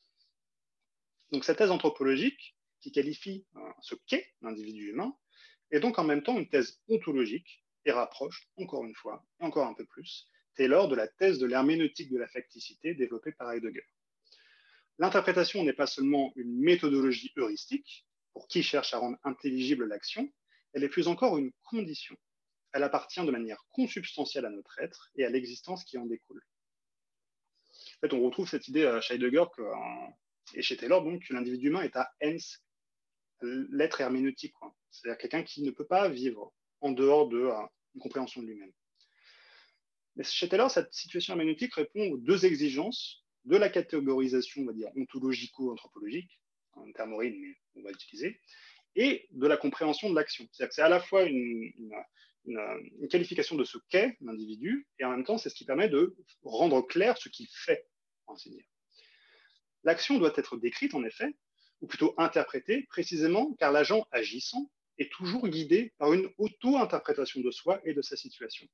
Donc cette thèse anthropologique, qui qualifie euh, ce qu'est l'individu humain, est donc en même temps une thèse ontologique et rapproche, encore une fois, et encore un peu plus, Taylor de la thèse de l'herméneutique de la facticité développée par Heidegger. L'interprétation n'est pas seulement une méthodologie heuristique, pour qui cherche à rendre intelligible l'action, elle est plus encore une condition. Elle appartient de manière consubstantielle à notre être et à l'existence qui en découle. En fait, on retrouve cette idée chez Heidegger que, et chez Taylor, donc, que l'individu humain est à ens, l'être herméneutique, c'est-à-dire quelqu'un qui ne peut pas vivre en dehors d'une uh, compréhension de lui-même. Mais chez Taylor, cette situation herméneutique répond aux deux exigences de la catégorisation, on va dire, ontologico-anthropologique, un terme horrible, mais on va l'utiliser, et de la compréhension de l'action. C'est-à-dire que c'est à la fois une, une, une, une qualification de ce qu'est l'individu, et en même temps, c'est ce qui permet de rendre clair ce qu'il fait, pour ainsi dire. L'action doit être décrite, en effet, ou plutôt interprétée, précisément car l'agent agissant est toujours guidé par une auto-interprétation de soi et de sa situation.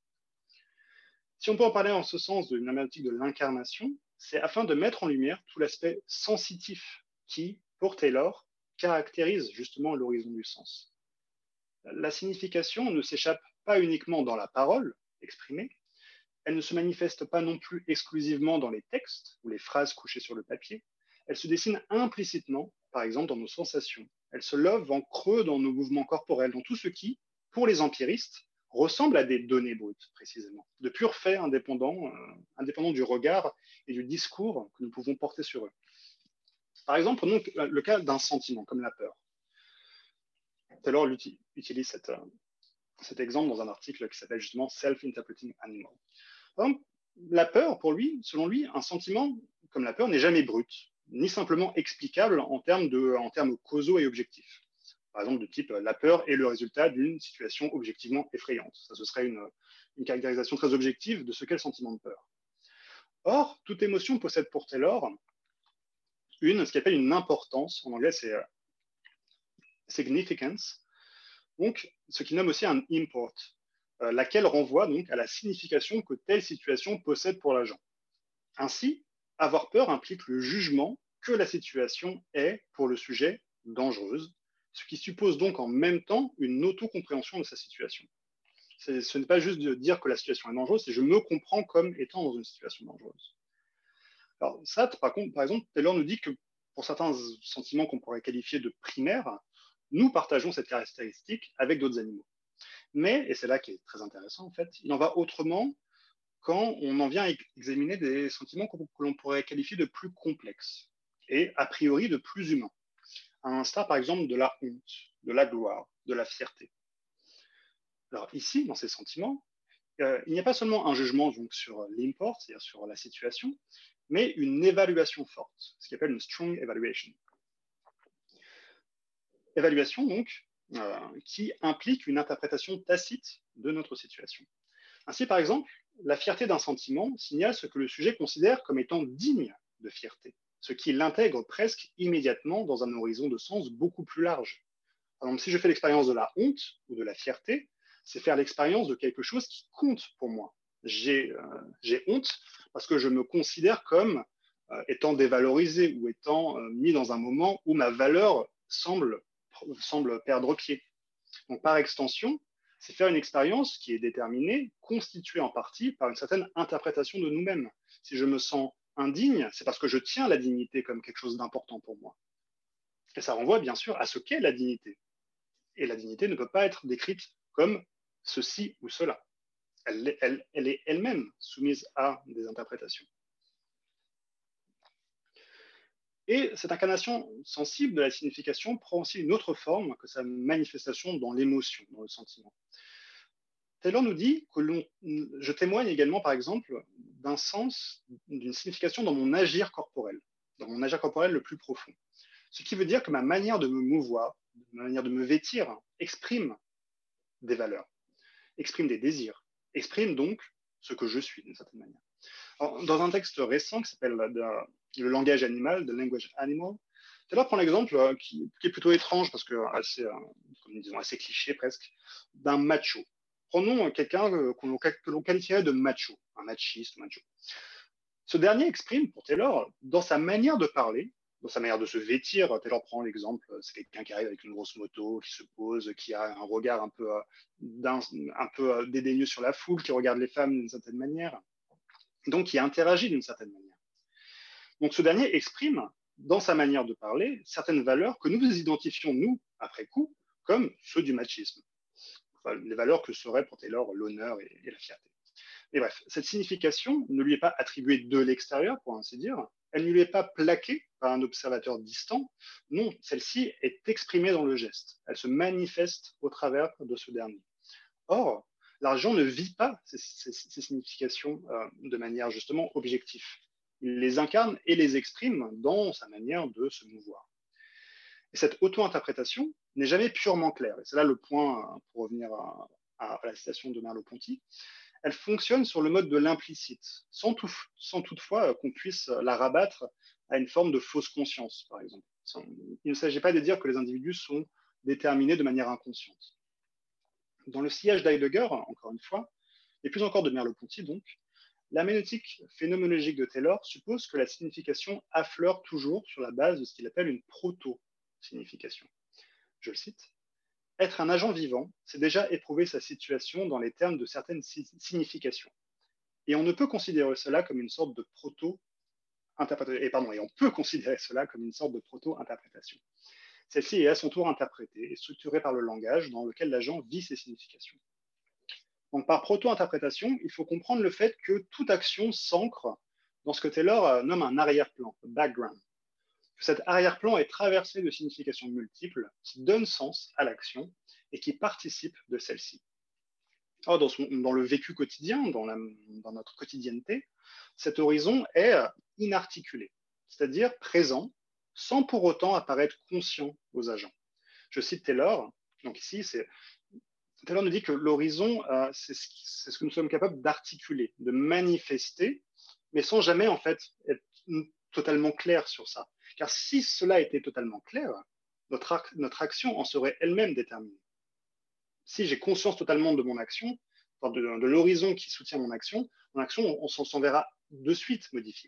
Si on peut en parler en ce sens d'une herméneutique de l'incarnation, c'est afin de mettre en lumière tout l'aspect sensitif qui, pour Taylor, caractérise justement l'horizon du sens. La signification ne s'échappe pas uniquement dans la parole exprimée, elle ne se manifeste pas non plus exclusivement dans les textes ou les phrases couchées sur le papier, elle se dessine implicitement, par exemple, dans nos sensations, elle se love en creux dans nos mouvements corporels, dans tout ce qui, pour les empiristes, ressemble à des données brutes, précisément, de purs faits indépendants, euh, indépendants du regard et du discours que nous pouvons porter sur eux. Par exemple, prenons le cas d'un sentiment, comme la peur. Taylor utilise cette, euh, cet exemple dans un article qui s'appelle justement Self-Interpreting Animal. Par exemple, la peur, pour lui, selon lui, un sentiment comme la peur n'est jamais brut, ni simplement explicable en termes, de, en termes causaux et objectifs. Par exemple, de type, la peur est le résultat d'une situation objectivement effrayante. Ça, ce serait une, une caractérisation très objective de ce qu'est le sentiment de peur. Or, toute émotion possède pour Taylor une, ce qu'il appelle une importance, en anglais c'est uh, significance, donc ce qu'il nomme aussi un import, euh, laquelle renvoie donc à la signification que telle situation possède pour l'agent. Ainsi, avoir peur implique le jugement que la situation est pour le sujet dangereuse, ce qui suppose donc en même temps une auto-compréhension de sa situation. Ce n'est pas juste de dire que la situation est dangereuse, c'est je me comprends comme étant dans une situation dangereuse. Alors ça, par contre, par exemple, Taylor nous dit que pour certains sentiments qu'on pourrait qualifier de primaires, nous partageons cette caractéristique avec d'autres animaux. Mais, et c'est là qui est très intéressant en fait, il en va autrement quand on en vient à examiner des sentiments que l'on pourrait qualifier de plus complexes et a priori de plus humains. À l'instar par exemple de la honte, de la gloire, de la fierté. Alors ici, dans ces sentiments, euh, il n'y a pas seulement un jugement donc, sur l'import, c'est-à-dire sur la situation, mais une évaluation forte, ce qu'on appelle une strong evaluation. Évaluation donc euh, qui implique une interprétation tacite de notre situation. Ainsi, par exemple, la fierté d'un sentiment signale ce que le sujet considère comme étant digne de fierté, ce qui l'intègre presque immédiatement dans un horizon de sens beaucoup plus large. Par exemple, si je fais l'expérience de la honte ou de la fierté, c'est faire l'expérience de quelque chose qui compte pour moi. J'ai euh, j'ai honte parce que je me considère comme euh, étant dévalorisé ou étant euh, mis dans un moment où ma valeur semble, semble perdre pied. Donc, par extension, C'est faire une expérience qui est déterminée, constituée en partie par une certaine interprétation de nous-mêmes. Si je me sens indigne, c'est parce que je tiens la dignité comme quelque chose d'important pour moi. Et ça renvoie bien sûr à ce qu'est la dignité. Et la dignité ne peut pas être décrite comme ceci ou cela. Elle, elle, elle est elle-même soumise à des interprétations. Et cette incarnation sensible de la signification prend aussi une autre forme que sa manifestation dans l'émotion, dans le sentiment. Taylor nous dit que l'on, je témoigne également, par exemple, d'un sens, d'une signification dans mon agir corporel, dans mon agir corporel le plus profond. Ce qui veut dire que ma manière de me mouvoir, ma manière de me vêtir, exprime des valeurs, exprime des désirs, exprime donc ce que je suis d'une certaine manière. Alors, dans un texte récent qui s'appelle Le langage animal, The Language Animal, Taylor prend l'exemple euh, qui, qui est plutôt étrange parce que assez, euh, comme disons, assez cliché presque, d'un macho. Prenons quelqu'un euh, que l'on qualifierait de macho, un machiste, macho. Ce dernier exprime pour Taylor, dans sa manière de parler, dans sa manière de se vêtir, Taylor prend l'exemple, c'est quelqu'un qui arrive avec une grosse moto, qui se pose, qui a un regard un peu, un, un peu dédaigneux sur la foule, qui regarde les femmes d'une certaine manière, donc qui interagit d'une certaine manière. Donc ce dernier exprime, dans sa manière de parler, certaines valeurs que nous identifions, nous, après coup, comme ceux du machisme. Enfin, les valeurs que seraient pour Taylor l'honneur et, et la fierté. Et bref, cette signification ne lui est pas attribuée de l'extérieur, pour ainsi dire. Elle ne lui est pas plaquée par un observateur distant. Non, celle-ci est exprimée dans le geste. Elle se manifeste au travers de ce dernier. Or, l'argent ne vit pas ces, ces, ces significations euh, de manière justement objective. Il les incarne et les exprime dans sa manière de se mouvoir. Et cette auto-interprétation n'est jamais purement claire. Et c'est là le point, pour revenir à, à, à la citation de Merleau-Ponty, elle fonctionne sur le mode de l'implicite, sans, tout, sans toutefois qu'on puisse la rabattre à une forme de fausse conscience, par exemple. Il ne s'agit pas de dire que les individus sont déterminés de manière inconsciente. Dans le sillage d'Heidegger, encore une fois, et plus encore de Merleau-Ponty donc, la ménotique phénoménologique de Taylor suppose que la signification affleure toujours sur la base de ce qu'il appelle une proto-signification. Je le cite. Être un agent vivant, c'est déjà éprouver sa situation dans les termes de certaines significations. Et on ne peut considérer cela comme une sorte de proto-interprétation. Et pardon, et on peut considérer cela comme une sorte de proto-interprétation. Celle-ci est à son tour interprétée et structurée par le langage dans lequel l'agent vit ses significations. Donc, par proto-interprétation, il faut comprendre le fait que toute action s'ancre dans ce que Taylor nomme un arrière-plan, background. Cet arrière-plan est traversé de significations multiples qui donnent sens à l'action et qui participent de celle-ci. Or, dans, son, dans le vécu quotidien, dans, la, dans notre quotidienneté, cet horizon est inarticulé, c'est-à-dire présent, sans pour autant apparaître conscient aux agents. Je cite Taylor, donc ici, c'est, Taylor nous dit que l'horizon, euh, c'est, ce qui, c'est ce que nous sommes capables d'articuler, de manifester, mais sans jamais en fait être totalement clair sur ça. Car si cela était totalement clair, notre, ac- notre action en serait elle-même déterminée. Si j'ai conscience totalement de mon action, enfin de, de l'horizon qui soutient mon action, mon action, on, on s'en verra de suite modifiée.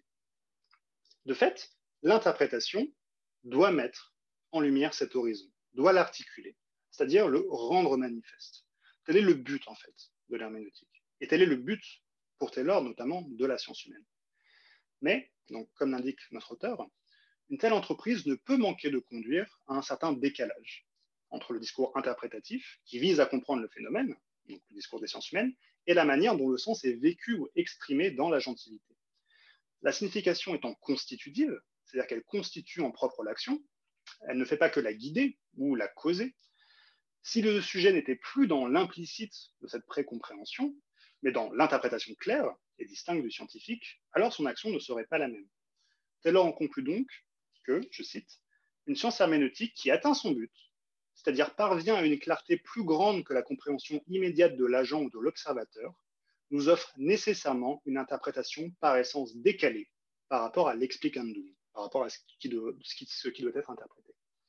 De fait, l'interprétation doit mettre en lumière cet horizon, doit l'articuler, c'est-à-dire le rendre manifeste. Tel est le but, en fait, de l'herméneutique. Et tel est le but, pour Taylor, notamment, de la science humaine. Mais, donc, comme l'indique notre auteur, une telle entreprise ne peut manquer de conduire à un certain décalage entre le discours interprétatif, qui vise à comprendre le phénomène, donc le discours des sciences humaines, et la manière dont le sens est vécu ou exprimé dans l'agentivité. La signification étant constitutive, c'est-à-dire qu'elle constitue en propre l'action, elle ne fait pas que la guider ou la causer. Si le sujet n'était plus dans l'implicite de cette précompréhension, mais dans l'interprétation claire et distincte du scientifique, alors son action ne serait pas la même. Taylor en conclut donc que, je cite, une science herméneutique qui atteint son but, c'est-à-dire parvient à une clarté plus grande que la compréhension immédiate de l'agent ou de l'observateur, nous offre nécessairement une interprétation par essence décalée par rapport à l'explicandum, par rapport à ce qui, doit, ce qui, ce qui doit être interprété.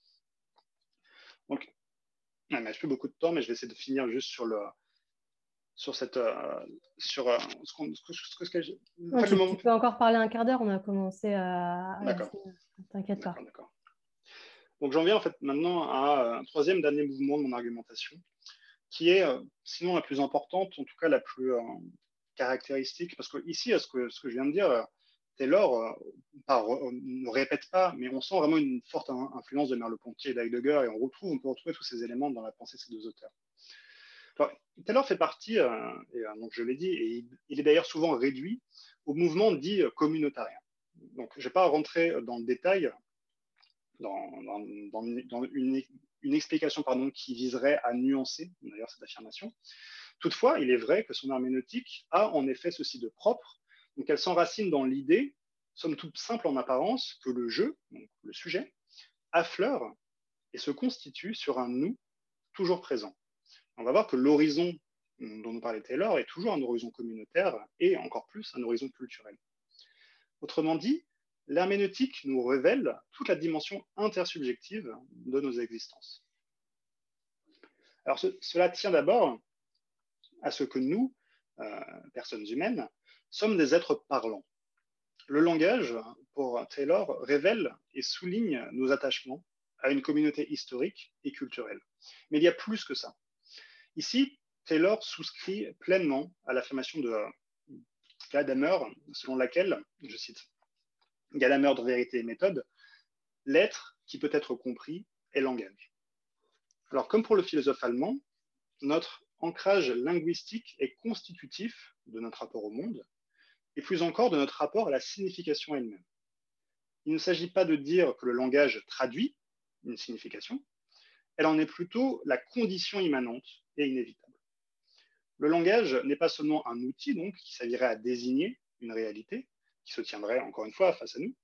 Donc, il ne me reste plus beaucoup de temps, mais je vais essayer de finir juste sur le, sur cette, euh, sur euh, ce qu'on, ce que, ce que, ce que j'ai. En fait, tu, moment... tu peux encore parler un quart d'heure. On a commencé à. D'accord. T'inquiète pas. D'accord, d'accord. Donc j'en viens en fait maintenant à un troisième dernier mouvement de mon argumentation, qui est, euh, sinon la plus importante, en tout cas la plus euh, caractéristique, parce que ici, ce que, ce que je viens de dire, euh, Taylor euh, pas, re- ne répète pas, mais on sent vraiment une forte in- influence de Merleau-Ponty et d'Heidegger, et on retrouve, on peut retrouver tous ces éléments dans la pensée de ces deux auteurs. Alors, Taylor fait partie, euh, et, euh, donc je l'ai dit, et il, il est d'ailleurs souvent réduit au mouvement dit euh, communautarien. Donc, je ne vais pas rentrer dans le détail, dans, dans, dans dans une, une explication pardon, qui viserait à nuancer d'ailleurs cette affirmation. Toutefois, il est vrai que son herméneutique a en effet ceci de propre, donc elle s'enracine dans l'idée, somme toute simple en apparence, que le jeu, donc le sujet, affleure et se constitue sur un nous toujours présent. On va voir que l'horizon dont nous parlait Taylor est toujours un horizon communautaire et encore plus un horizon culturel. Autrement dit, l'herméneutique nous révèle toute la dimension intersubjective de nos existences. Alors ce, cela tient d'abord à ce que nous, euh, personnes humaines, sommes des êtres parlants. Le langage, pour Taylor, révèle et souligne nos attachements à une communauté historique et culturelle. Mais il y a plus que ça. Ici, Taylor souscrit pleinement à l'affirmation de Gadamer, selon laquelle, je cite, Gadamer de vérité et méthode, l'être qui peut être compris est langage. Alors, comme pour le philosophe allemand, notre ancrage linguistique est constitutif de notre rapport au monde, et plus encore de notre rapport à la signification elle-même. Il ne s'agit pas de dire que le langage traduit une signification, elle en est plutôt la condition immanente et inévitable. Le langage n'est pas seulement un outil donc qui servirait à désigner une réalité qui se tiendrait encore une fois face à nous,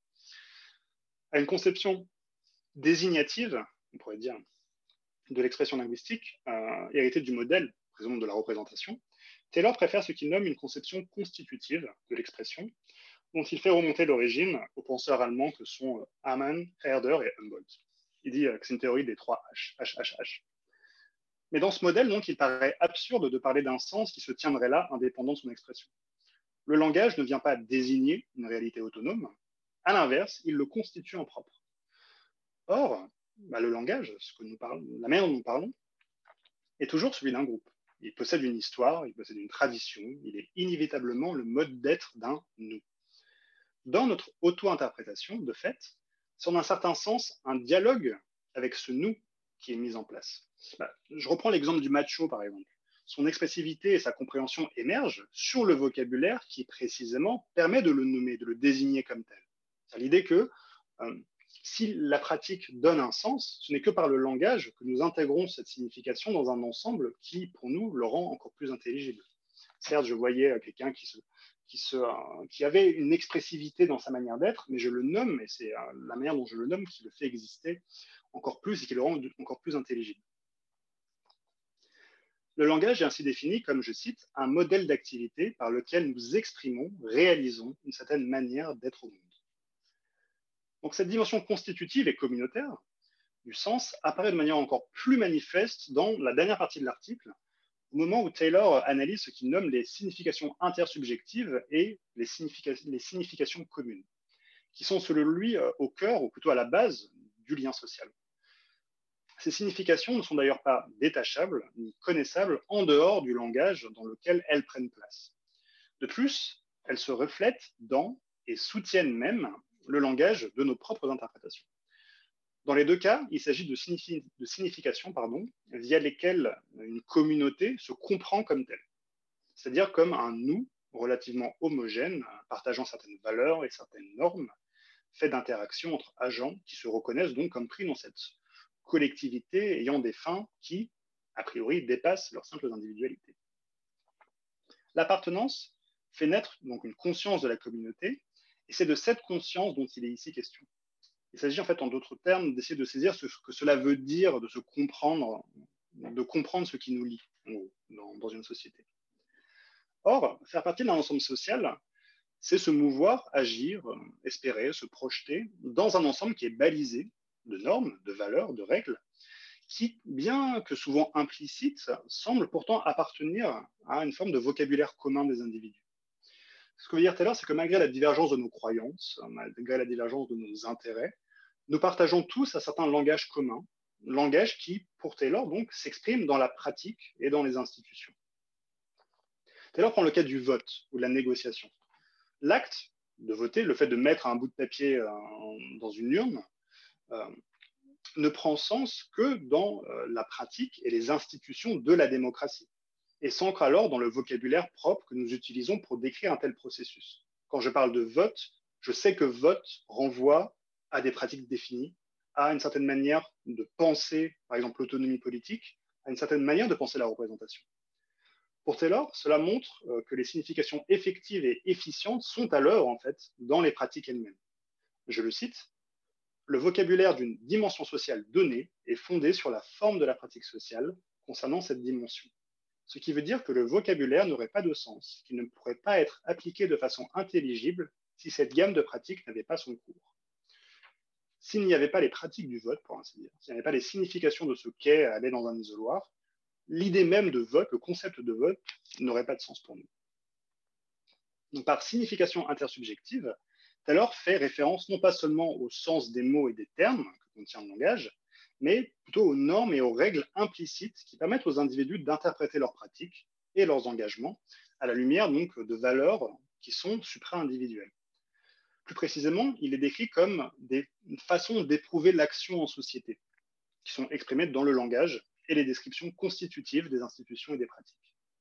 à une conception désignative, on pourrait dire, de l'expression linguistique, euh, héritée du modèle, présent de la représentation. Taylor préfère ce qu'il nomme une conception constitutive de l'expression, dont il fait remonter l'origine aux penseurs allemands que sont Hamann, Herder et Humboldt. Il dit que c'est une théorie des trois H, H, H, H. Mais dans ce modèle, donc, il paraît absurde de parler d'un sens qui se tiendrait là, indépendant de son expression. Le langage ne vient pas désigner une réalité autonome, à l'inverse, il le constitue en propre. Or, bah, le langage, ce que nous parlons, la manière dont nous parlons, est toujours celui d'un groupe. Il possède une histoire, il possède une tradition, il est inévitablement le mode d'être d'un nous. Dans notre auto-interprétation, de fait, c'est en un certain sens un dialogue avec ce nous qui est mis en place. Bah, je reprends l'exemple du macho, par exemple. Son expressivité et sa compréhension émergent sur le vocabulaire qui, précisément, permet de le nommer, de le désigner comme tel. C'est l'idée que euh, si la pratique donne un sens, ce n'est que par le langage que nous intégrons cette signification dans un ensemble qui, pour nous, le rend encore plus intelligible. Certes, je voyais quelqu'un qui, se, qui, se, euh, qui avait une expressivité dans sa manière d'être, mais je le nomme, et c'est euh, la manière dont je le nomme qui le fait exister encore plus et qui le rend encore plus intelligible. Le langage est ainsi défini comme, je cite, un modèle d'activité par lequel nous exprimons, réalisons une certaine manière d'être au monde. Donc cette dimension constitutive et communautaire du sens apparaît de manière encore plus manifeste dans la dernière partie de l'article, au moment où Taylor analyse ce qu'il nomme les significations intersubjectives et les, significa les significations communes, qui sont selon lui au cœur, ou plutôt à la base, du lien social. Ces significations ne sont d'ailleurs pas détachables ni connaissables en dehors du langage dans lequel elles prennent place. De plus, elles se reflètent dans et soutiennent même le langage de nos propres interprétations. Dans les deux cas, il s'agit de, signifi de significations pardon, via lesquelles une communauté se comprend comme telle, c'est-à-dire comme un nous relativement homogène, partageant certaines valeurs et certaines normes, fait d'interactions entre agents qui se reconnaissent donc comme pris dans cette collectivité ayant des fins qui, a priori, dépassent leurs simples individualités. L'appartenance fait naître donc une conscience de la communauté, et c'est de cette conscience dont il est ici question. Il s'agit en fait, en d'autres termes, d'essayer de saisir ce que cela veut dire de se comprendre, de comprendre ce qui nous lie dans, dans une société. Or, faire partie d'un ensemble social, c'est se mouvoir, agir, espérer, se projeter dans un ensemble qui est balisé de normes, de valeurs, de règles, qui, bien que souvent implicites, semblent pourtant appartenir à une forme de vocabulaire commun des individus. Ce que veut dire Taylor, c'est que malgré la divergence de nos croyances, malgré la divergence de nos intérêts, nous partageons tous un certain langage commun, langage qui, pour Taylor, donc, s'exprime dans la pratique et dans les institutions. Taylor prend le cas du vote ou de la négociation. L'acte de voter, le fait de mettre un bout de papier euh, dans une urne, euh, ne prend sens que dans euh, la pratique et les institutions de la démocratie, et s'ancre alors dans le vocabulaire propre que nous utilisons pour décrire un tel processus. Quand je parle de vote, je sais que vote renvoie à des pratiques définies, à une certaine manière de penser, par exemple, l'autonomie politique, à une certaine manière de penser la représentation. Pour Taylor, cela montre euh, que les significations effectives et efficientes sont à l'œuvre, en fait, dans les pratiques elles-mêmes. Je le cite, le vocabulaire d'une dimension sociale donnée est fondé sur la forme de la pratique sociale concernant cette dimension. Ce qui veut dire que le vocabulaire n'aurait pas de sens, qu'il ne pourrait pas être appliqué de façon intelligible si cette gamme de pratiques n'avait pas son cours. S'il n'y avait pas les pratiques du vote, pour ainsi dire, s'il n'y avait pas les significations de ce qu'est aller dans un isoloir, l'idée même de vote, le concept de vote, n'aurait pas de sens pour nous. Donc, par signification intersubjective, Taylor fait référence non pas seulement au sens des mots et des termes que contient le langage, mais plutôt aux normes et aux règles implicites qui permettent aux individus d'interpréter leurs pratiques et leurs engagements à la lumière donc de valeurs qui sont supra-individuelles. Plus précisément, il est décrit comme des façons d'éprouver l'action en société, qui sont exprimées dans le langage et les descriptions constitutives des institutions et des pratiques.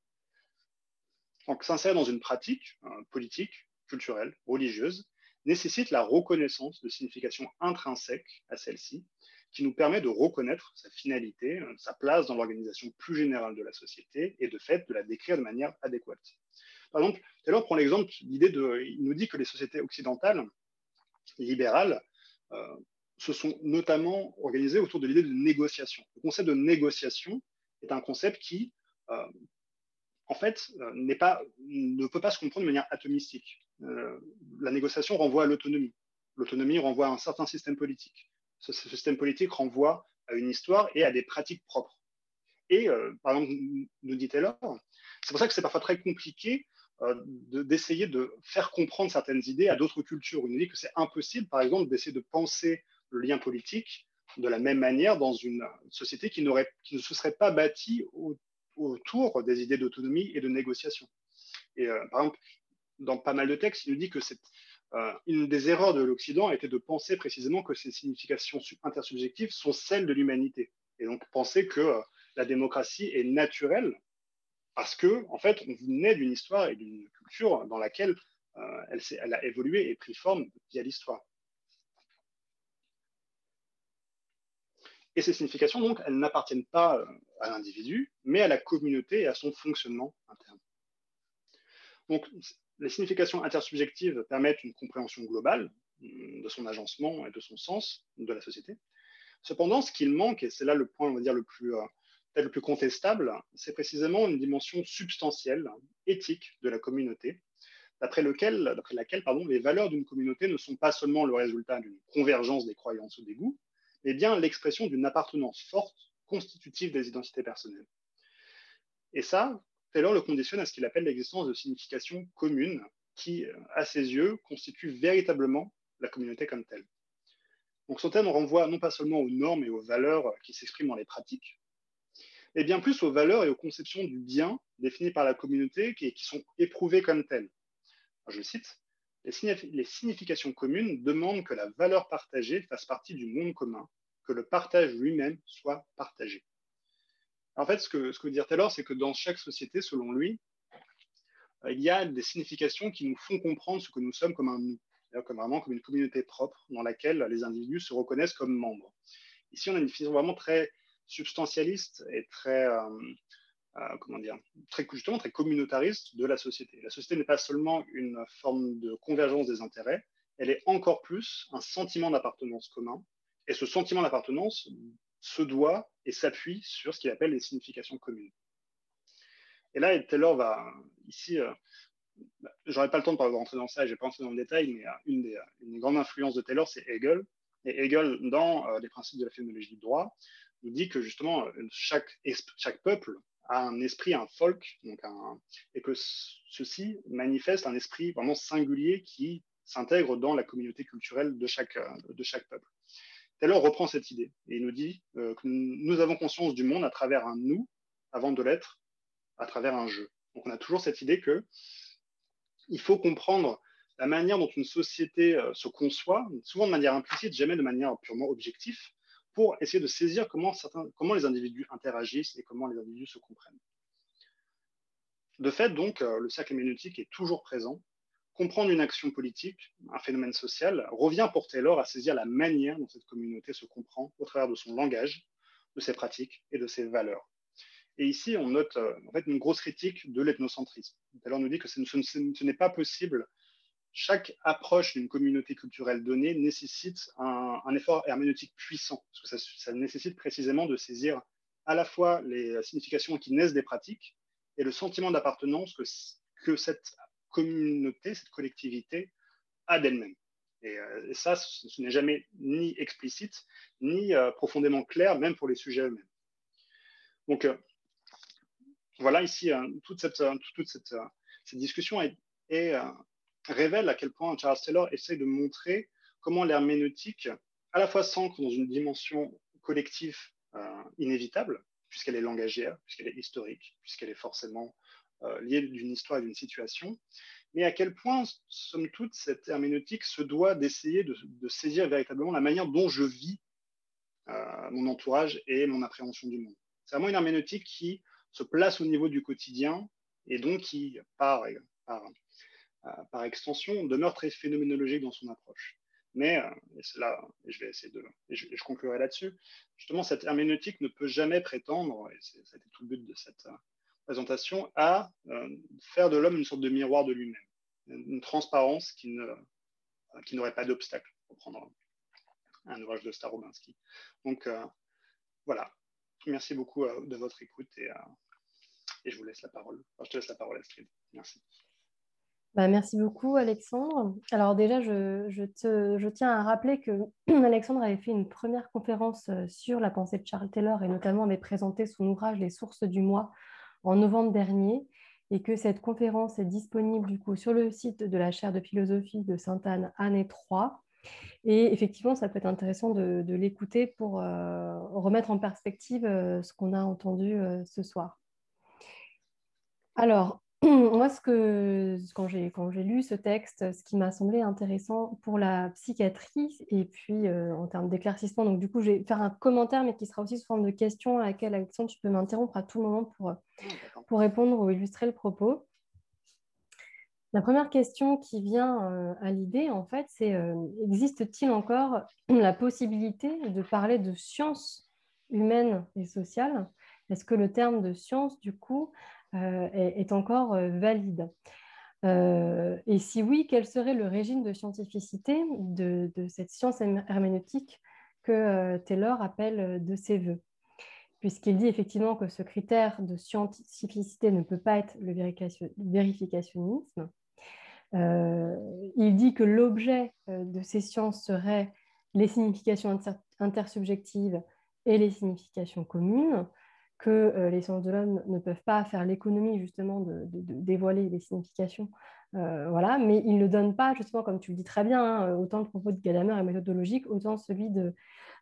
Donc, s'insérer dans une pratique euh, politique, culturelle, religieuse, nécessite la reconnaissance de significations intrinsèques à celle-ci, qui nous permet de reconnaître sa finalité, sa place dans l'organisation plus générale de la société et de fait de la décrire de manière adéquate. Par exemple, Taylor prend l'exemple, l'idée de, il nous dit que les sociétés occidentales, libérales, euh, se sont notamment organisées autour de l'idée de négociation. Le concept de négociation est un concept qui, euh, en fait, euh, n'est pas, ne peut pas se comprendre de manière atomistique. Euh, la négociation renvoie à l'autonomie. L'autonomie renvoie à un certain système politique. Ce, ce système politique renvoie à une histoire et à des pratiques propres. Et, euh, par exemple, nous dit Taylor, c'est pour ça que c'est parfois très compliqué euh, de, d'essayer de faire comprendre certaines idées à d'autres cultures. Il nous dit que c'est impossible, par exemple, d'essayer de penser le lien politique de la même manière dans une société qui, qui ne se serait pas bâtie au, autour des idées d'autonomie et de négociation. Et euh, par exemple, dans pas mal de textes, il nous dit que c'est euh, une des erreurs de l'Occident était de penser précisément que ces significations intersubjectives sont celles de l'humanité. Et donc penser que euh, la démocratie est naturelle parce que, en fait, on naît d'une histoire et d'une culture dans laquelle euh, elle, elle a évolué et pris forme via l'histoire. Et ces significations, donc, elles n'appartiennent pas à l'individu, mais à la communauté et à son fonctionnement interne. Donc, les significations intersubjectives permettent une compréhension globale de son agencement et de son sens de la société. Cependant, ce qu'il manque, et c'est là le point, on va dire, le plus, euh, le plus contestable, c'est précisément une dimension substantielle, éthique de la communauté, d'après, lequel, d'après laquelle pardon, les valeurs d'une communauté ne sont pas seulement le résultat d'une convergence des croyances ou des goûts, mais bien l'expression d'une appartenance forte, constitutive des identités personnelles. Et ça, Taylor le conditionne à ce qu'il appelle l'existence de significations communes qui, à ses yeux, constituent véritablement la communauté comme telle. Donc son thème renvoie non pas seulement aux normes et aux valeurs qui s'expriment dans les pratiques, mais bien plus aux valeurs et aux conceptions du bien définies par la communauté et qui sont éprouvées comme telles. Alors, je cite, les, signif- les significations communes demandent que la valeur partagée fasse partie du monde commun, que le partage lui-même soit partagé. En fait, ce que, ce que veut dire Taylor, c'est que dans chaque société, selon lui, euh, il y a des significations qui nous font comprendre ce que nous sommes comme un nous, comme vraiment comme une communauté propre dans laquelle les individus se reconnaissent comme membres. Ici, on a une vision vraiment très substantialiste et très, euh, euh, comment dire, très, justement, très communautariste de la société. La société n'est pas seulement une forme de convergence des intérêts, elle est encore plus un sentiment d'appartenance commun. Et ce sentiment d'appartenance se doit et s'appuie sur ce qu'il appelle les significations communes. Et là, Taylor va ici, euh, j'aurais pas le temps de rentrer dans ça, je vais pas rentrer dans le détail, mais euh, une, des, une des grandes influences de Taylor, c'est Hegel. Et Hegel, dans euh, les principes de la phénoménologie du droit, nous dit que justement, chaque, chaque peuple a un esprit, un folk, donc un, et que ceci manifeste un esprit vraiment singulier qui s'intègre dans la communauté culturelle de chaque, de chaque peuple. Taylor reprend cette idée et il nous dit euh, que nous avons conscience du monde à travers un nous avant de l'être à travers un jeu. Donc on a toujours cette idée que il faut comprendre la manière dont une société euh, se conçoit, souvent de manière implicite, jamais de manière purement objective, pour essayer de saisir comment, certains, comment les individus interagissent et comment les individus se comprennent. De fait, donc, euh, le cercle herméneutique est toujours présent. Comprendre une action politique, un phénomène social, revient pour Taylor à saisir la manière dont cette communauté se comprend au travers de son langage, de ses pratiques et de ses valeurs. Et ici, on note euh, en fait une grosse critique de l'ethnocentrisme. Taylor nous dit que ce, ce, ce n'est pas possible. Chaque approche d'une communauté culturelle donnée nécessite un, un effort herméneutique puissant, parce que ça, ça nécessite précisément de saisir à la fois les significations qui naissent des pratiques et le sentiment d'appartenance que, que cette communauté, cette collectivité a d'elle-même. Et, euh, et ça, ce, ce n'est jamais ni explicite, ni euh, profondément clair, même pour les sujets eux-mêmes. Donc, euh, voilà, ici, euh, toute cette, euh, toute cette, euh, cette discussion est, est, euh, révèle à quel point Charles Taylor essaie de montrer comment l'herméneutique, à la fois s'ancre dans une dimension collective euh, inévitable, puisqu'elle est langagière, puisqu'elle est historique, puisqu'elle est forcément euh, liée d'une histoire et d'une situation, mais à quel point, somme toute, cette herméneutique se doit d'essayer de, de saisir véritablement la manière dont je vis euh, mon entourage et mon appréhension du monde. C'est vraiment une herméneutique qui se place au niveau du quotidien et donc qui, par, par, par extension, demeure très phénoménologique dans son approche. Mais, et c'est là, et je vais essayer de, et je, et je conclurai là-dessus, justement, cette herméneutique ne peut jamais prétendre, et c'est, ça a été tout le but de cette euh, présentation, à euh, faire de l'homme une sorte de miroir de lui-même, une transparence qui, ne, euh, qui n'aurait pas d'obstacle, pour prendre un, un ouvrage de Starobinsky. Donc, euh, voilà. Merci beaucoup euh, de votre écoute et, euh, et je vous laisse la parole. Enfin, je te laisse la parole, Astrid. Merci. Bah, merci beaucoup, Alexandre. Alors déjà, je, je, te, je tiens à rappeler que Alexandre avait fait une première conférence sur la pensée de Charles Taylor et notamment avait présenté son ouvrage Les sources du moi en novembre dernier et que cette conférence est disponible du coup sur le site de la chaire de philosophie de Sainte-Anne, année trois. Et effectivement, ça peut être intéressant de, de l'écouter pour euh, remettre en perspective euh, ce qu'on a entendu euh, ce soir. Alors, moi, ce que, quand j'ai, quand j'ai lu ce texte, ce qui m'a semblé intéressant pour la psychiatrie, et puis euh, en termes d'éclaircissement, donc du coup, je vais faire un commentaire, mais qui sera aussi sous forme de question à laquelle, Alexandre, tu peux m'interrompre à tout moment pour, pour répondre ou illustrer le propos. La première question qui vient euh, à l'idée, en fait, c'est euh, existe-t-il encore la possibilité de parler de sciences humaines et sociales? Est-ce que le terme de science, du coup, euh, est, est encore euh, valide? Euh, et si oui, quel serait le régime de scientificité de, de cette science herméneutique que euh, Taylor appelle de ses voeux? Puisqu'il dit effectivement que ce critère de scientificité ne peut pas être le vérificationnisme. Euh, il dit que l'objet euh, de ces sciences serait les significations inter intersubjectives et les significations communes, que euh, les sciences de l'homme ne peuvent pas faire l'économie justement de, de, de dévoiler les significations, euh, voilà, mais il ne donne pas justement, comme tu le dis très bien, hein, autant le propos de Gadamer est méthodologique, autant celui de,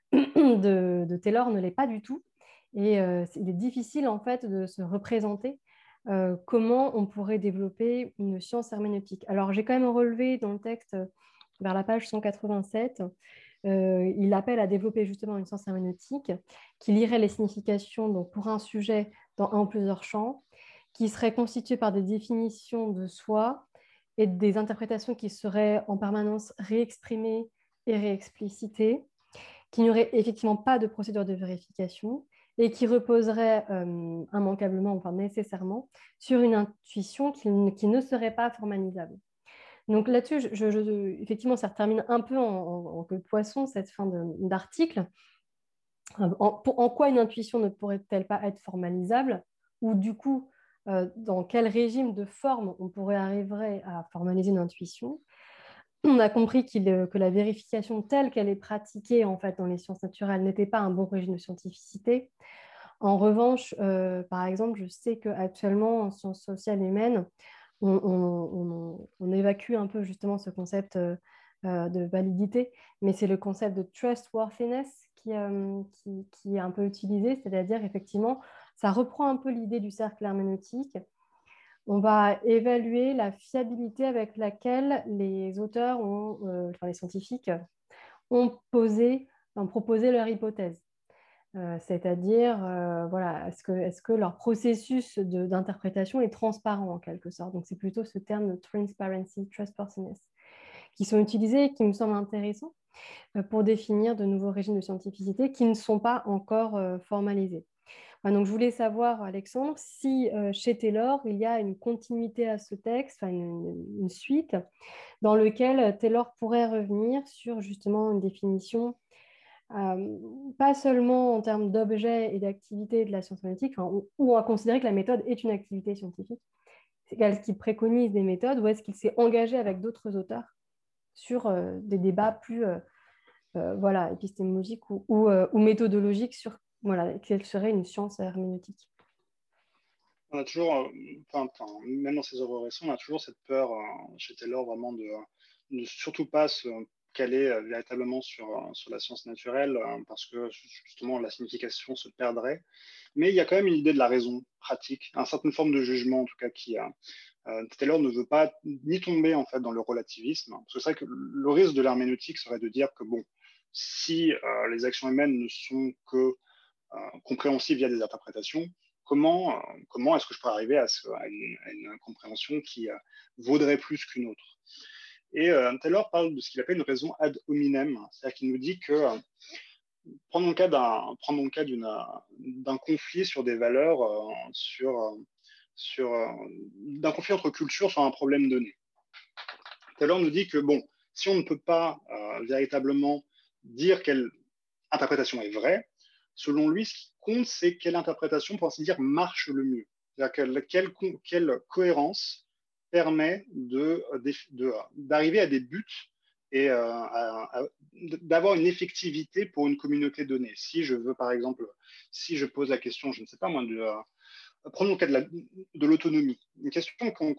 de, de Taylor ne l'est pas du tout. Et euh, il est difficile en fait de se représenter euh, comment on pourrait développer une science herméneutique. Alors j'ai quand même relevé dans le texte, vers la page cent quatre-vingt-sept, euh, il appelle à développer justement une science herméneutique qui lirait les significations donc, pour un sujet dans un ou plusieurs champs, qui serait constituée par des définitions de soi et des interprétations qui seraient en permanence réexprimées et réexplicitées, qu'il n'y aurait effectivement pas de procédure de vérification et qui reposerait euh, immanquablement, enfin nécessairement, sur une intuition qui, qui ne serait pas formalisable. Donc là-dessus, je, je, je, effectivement, ça termine un peu en, en, en queue de poisson, cette fin d'article. En, en quoi une intuition ne pourrait-elle pas être formalisable? Ou du coup, euh, dans quel régime de forme on pourrait arriver à formaliser une intuition? On a compris que la vérification telle qu'elle est pratiquée en fait, dans les sciences naturelles n'était pas un bon régime de scientificité. En revanche, euh, par exemple, je sais qu'actuellement, en sciences sociales humaines, on, on, on, on évacue un peu justement ce concept euh, de validité, mais c'est le concept de trustworthiness qui, euh, qui, qui est un peu utilisé, c'est-à-dire effectivement, ça reprend un peu l'idée du cercle herméneutique. On va évaluer la fiabilité avec laquelle les auteurs, ont, euh, enfin les scientifiques, ont posé, ont proposé leur hypothèse. Euh, c'est-à-dire, euh, voilà, est-ce que, est-ce que leur processus de, d'interprétation est transparent en quelque sorte. Donc, c'est plutôt ce terme de transparency, trustworthiness, qui sont utilisés et qui me semblent intéressants euh, pour définir de nouveaux régimes de scientificité qui ne sont pas encore euh, formalisés. Enfin, donc, je voulais savoir, Alexandre, si euh, chez Taylor, il y a une continuité à ce texte, enfin, une, une suite, dans lequel Taylor pourrait revenir sur justement une définition euh, pas seulement en termes d'objet et d'activité de la science analytique, enfin, où, où on va considérer que la méthode est une activité scientifique. Est-ce qu'il préconise des méthodes ou est-ce qu'il s'est engagé avec d'autres auteurs sur euh, des débats plus euh, euh, voilà, épistémologiques ou, ou, euh, ou méthodologiques sur voilà, quelle serait une science herméneutique? On a toujours, euh, enfin, enfin, même dans ses œuvres récentes, on a toujours cette peur euh, chez Taylor vraiment de ne surtout pas se caler euh, véritablement sur, euh, sur la science naturelle euh, parce que justement la signification se perdrait. Mais il y a quand même une idée de la raison pratique, une certaine forme de jugement en tout cas qui a. Euh, Taylor ne veut pas ni tomber en fait dans le relativisme, parce que c'est vrai que le risque de l'herméneutique serait de dire que bon, si euh, les actions humaines ne sont que euh, compréhensibles via des interprétations, comment, euh, comment est-ce que je pourrais arriver à, ce, à, une, à une, compréhension qui euh, vaudrait plus qu'une autre? Et euh, Taylor parle de ce qu'il appelle une raison ad hominem, c'est-à-dire qu'il nous dit que euh, prenons le cas d'un prenons le cas d'une d'un conflit sur des valeurs, euh, sur sur euh, d'un conflit entre cultures sur un problème donné. Taylor nous dit que bon, si on ne peut pas euh, véritablement dire quelle interprétation est vraie, selon lui, ce qui compte, c'est quelle interprétation, pour ainsi dire, marche le mieux. C'est-à-dire quelle, quelle cohérence permet de, de, d'arriver à des buts et euh, à, à, d'avoir une effectivité pour une communauté donnée. Si je veux, par exemple, si je pose la question, je ne sais pas moi, de, euh, prenons le cas de, la, de l'autonomie, une question qu'on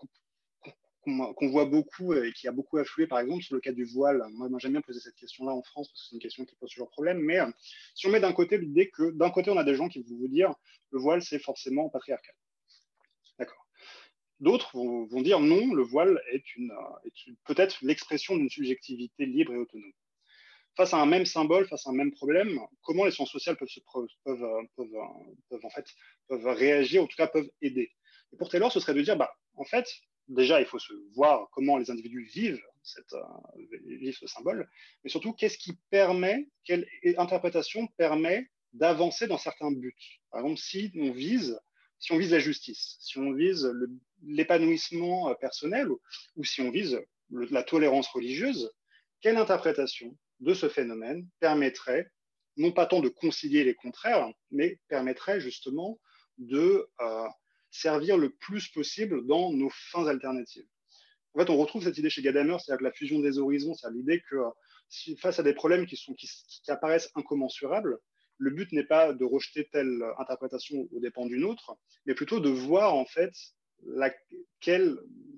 qu'on qu voit beaucoup et qui a beaucoup afflué, par exemple, sur le cas du voile. Moi, moi j'aime bien poser cette question-là en France parce que c'est une question qui pose toujours problème. Mais euh, si on met d'un côté l'idée que d'un côté, on a des gens qui vont vous dire le voile, c'est forcément patriarcal. D'accord. D'autres vont, vont dire non, le voile est, une, est une, peut-être l'expression d'une subjectivité libre et autonome. Face à un même symbole, face à un même problème, comment les sciences sociales peuvent, se, peuvent, peuvent, peuvent, peuvent, en fait, peuvent réagir, ou en tout cas peuvent aider. Et pour Taylor, ce serait de dire, bah, en fait, déjà, il faut se voir comment les individus vivent, cette, euh, vivent ce symbole, mais surtout, qu'est-ce qui permet, quelle interprétation permet d'avancer dans certains buts. Par exemple, si on vise, si on vise la justice, si on vise le, l'épanouissement personnel, ou, ou si on vise le, la tolérance religieuse, quelle interprétation de ce phénomène permettrait, non pas tant de concilier les contraires, mais permettrait justement de euh, servir le plus possible dans nos fins alternatives. En fait, on retrouve cette idée chez Gadamer, c'est-à-dire que la fusion des horizons, c'est-à-dire l'idée que euh, si, face à des problèmes qui, sont, qui, qui apparaissent incommensurables, le but n'est pas de rejeter telle interprétation aux dépens d'une autre, mais plutôt de voir en fait la, quelle,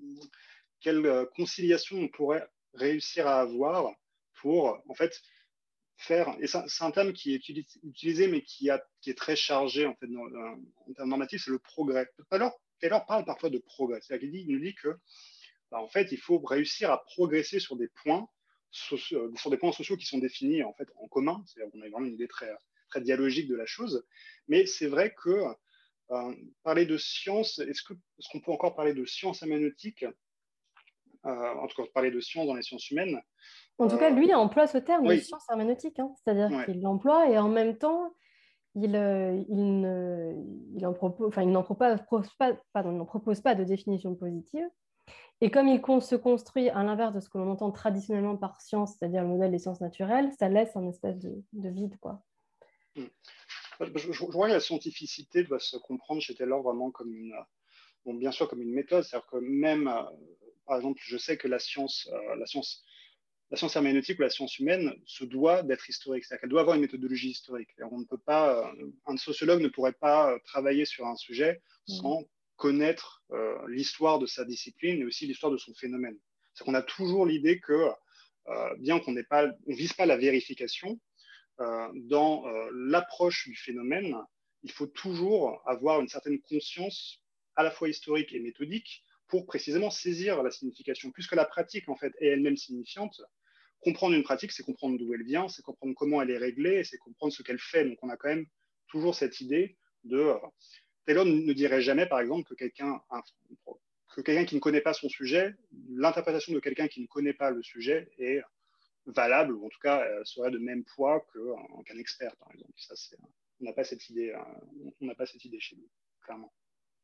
quelle conciliation on pourrait réussir à avoir pour en fait faire, et c'est un terme qui est utilisé mais qui, a, qui est très chargé en fait dans, en termes normatifs, c'est le progrès. Alors, Taylor parle parfois de progrès, c'est-à-dire qu'il nous dit que bah, en fait il faut réussir à progresser sur des points sociaux, sur des points sociaux qui sont définis en fait en commun, c'est-à-dire qu'on a vraiment une idée très, très dialogique de la chose, mais c'est vrai que euh, parler de science, est-ce que est-ce qu'on peut encore parler de science herméneutique, euh, en tout cas parler de science dans les sciences humaines? En tout cas, euh, lui, il emploie ce terme de oui, science herméneutique, hein, c'est-à-dire ouais. qu'il l'emploie et en même temps, il, euh, il, ne, il, en propose, enfin, il n'en propose pas, pardon, il n'en propose pas de définition positive. Et comme il se construit à l'inverse de ce que l'on entend traditionnellement par science, c'est-à-dire le modèle des sciences naturelles, ça laisse un espèce de, de vide, quoi. Mm. Je, je, je crois que la scientificité doit se comprendre chez Taylor vraiment comme une, bon, bien sûr comme une méthode, c'est-à-dire que même, euh, par exemple, je sais que la science, euh, la science, la science herméneutique ou la science humaine se doit d'être historique, c'est-à-dire qu'elle doit avoir une méthodologie historique. Et on ne peut pas, euh, un sociologue ne pourrait pas travailler sur un sujet sans mmh. connaître euh, l'histoire de sa discipline et aussi l'histoire de son phénomène. C'est qu'on a toujours l'idée que euh, bien qu'on n'ait pas, on vise pas la vérification, euh, dans euh, l'approche du phénomène, il faut toujours avoir une certaine conscience à la fois historique et méthodique pour précisément saisir la signification, puisque la pratique en fait est elle-même signifiante. Comprendre une pratique, c'est comprendre d'où elle vient, c'est comprendre comment elle est réglée, c'est comprendre ce qu'elle fait. Donc on a quand même toujours cette idée de euh, Taylor ne dirait jamais, par exemple, que quelqu'un que quelqu'un qui ne connaît pas son sujet, l'interprétation de quelqu'un qui ne connaît pas le sujet est valable, ou en tout cas euh, serait de même poids qu'un expert, par exemple. Ça, c'est, on n'a pas cette idée, euh, on n'a pas cette idée chez nous, clairement.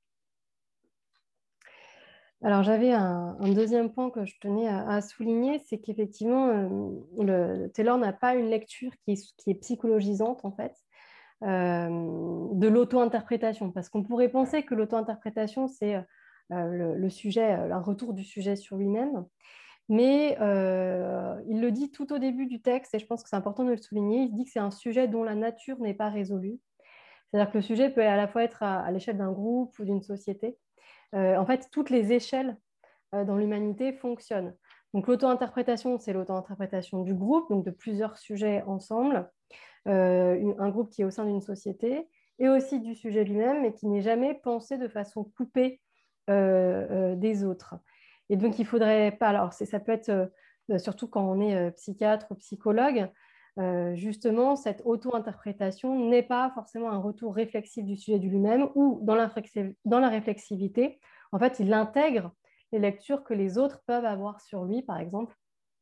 Alors, j'avais un, un deuxième point que je tenais à, à souligner, c'est qu'effectivement, euh, le, Taylor n'a pas une lecture qui est, qui est psychologisante, en fait, euh, de l'auto-interprétation. Parce qu'on pourrait penser que l'auto-interprétation, c'est euh, le, le sujet, un retour du sujet sur lui-même. Mais euh, il le dit tout au début du texte, et je pense que c'est important de le souligner, il dit que c'est un sujet dont la nature n'est pas résolue. C'est-à-dire que le sujet peut à la fois être à, à l'échelle d'un groupe ou d'une société. Euh, en fait, toutes les échelles euh, dans l'humanité fonctionnent. Donc l'auto-interprétation, c'est l'auto-interprétation du groupe, donc de plusieurs sujets ensemble, euh, un groupe qui est au sein d'une société, et aussi du sujet lui-même, mais qui n'est jamais pensé de façon coupée euh, euh, des autres. Et donc il faudrait pas, alors ça peut être euh, surtout quand on est euh, psychiatre ou psychologue, euh, justement, cette auto-interprétation n'est pas forcément un retour réflexif du sujet du lui-même ou dans la, dans la réflexivité, en fait, il intègre les lectures que les autres peuvent avoir sur lui, par exemple,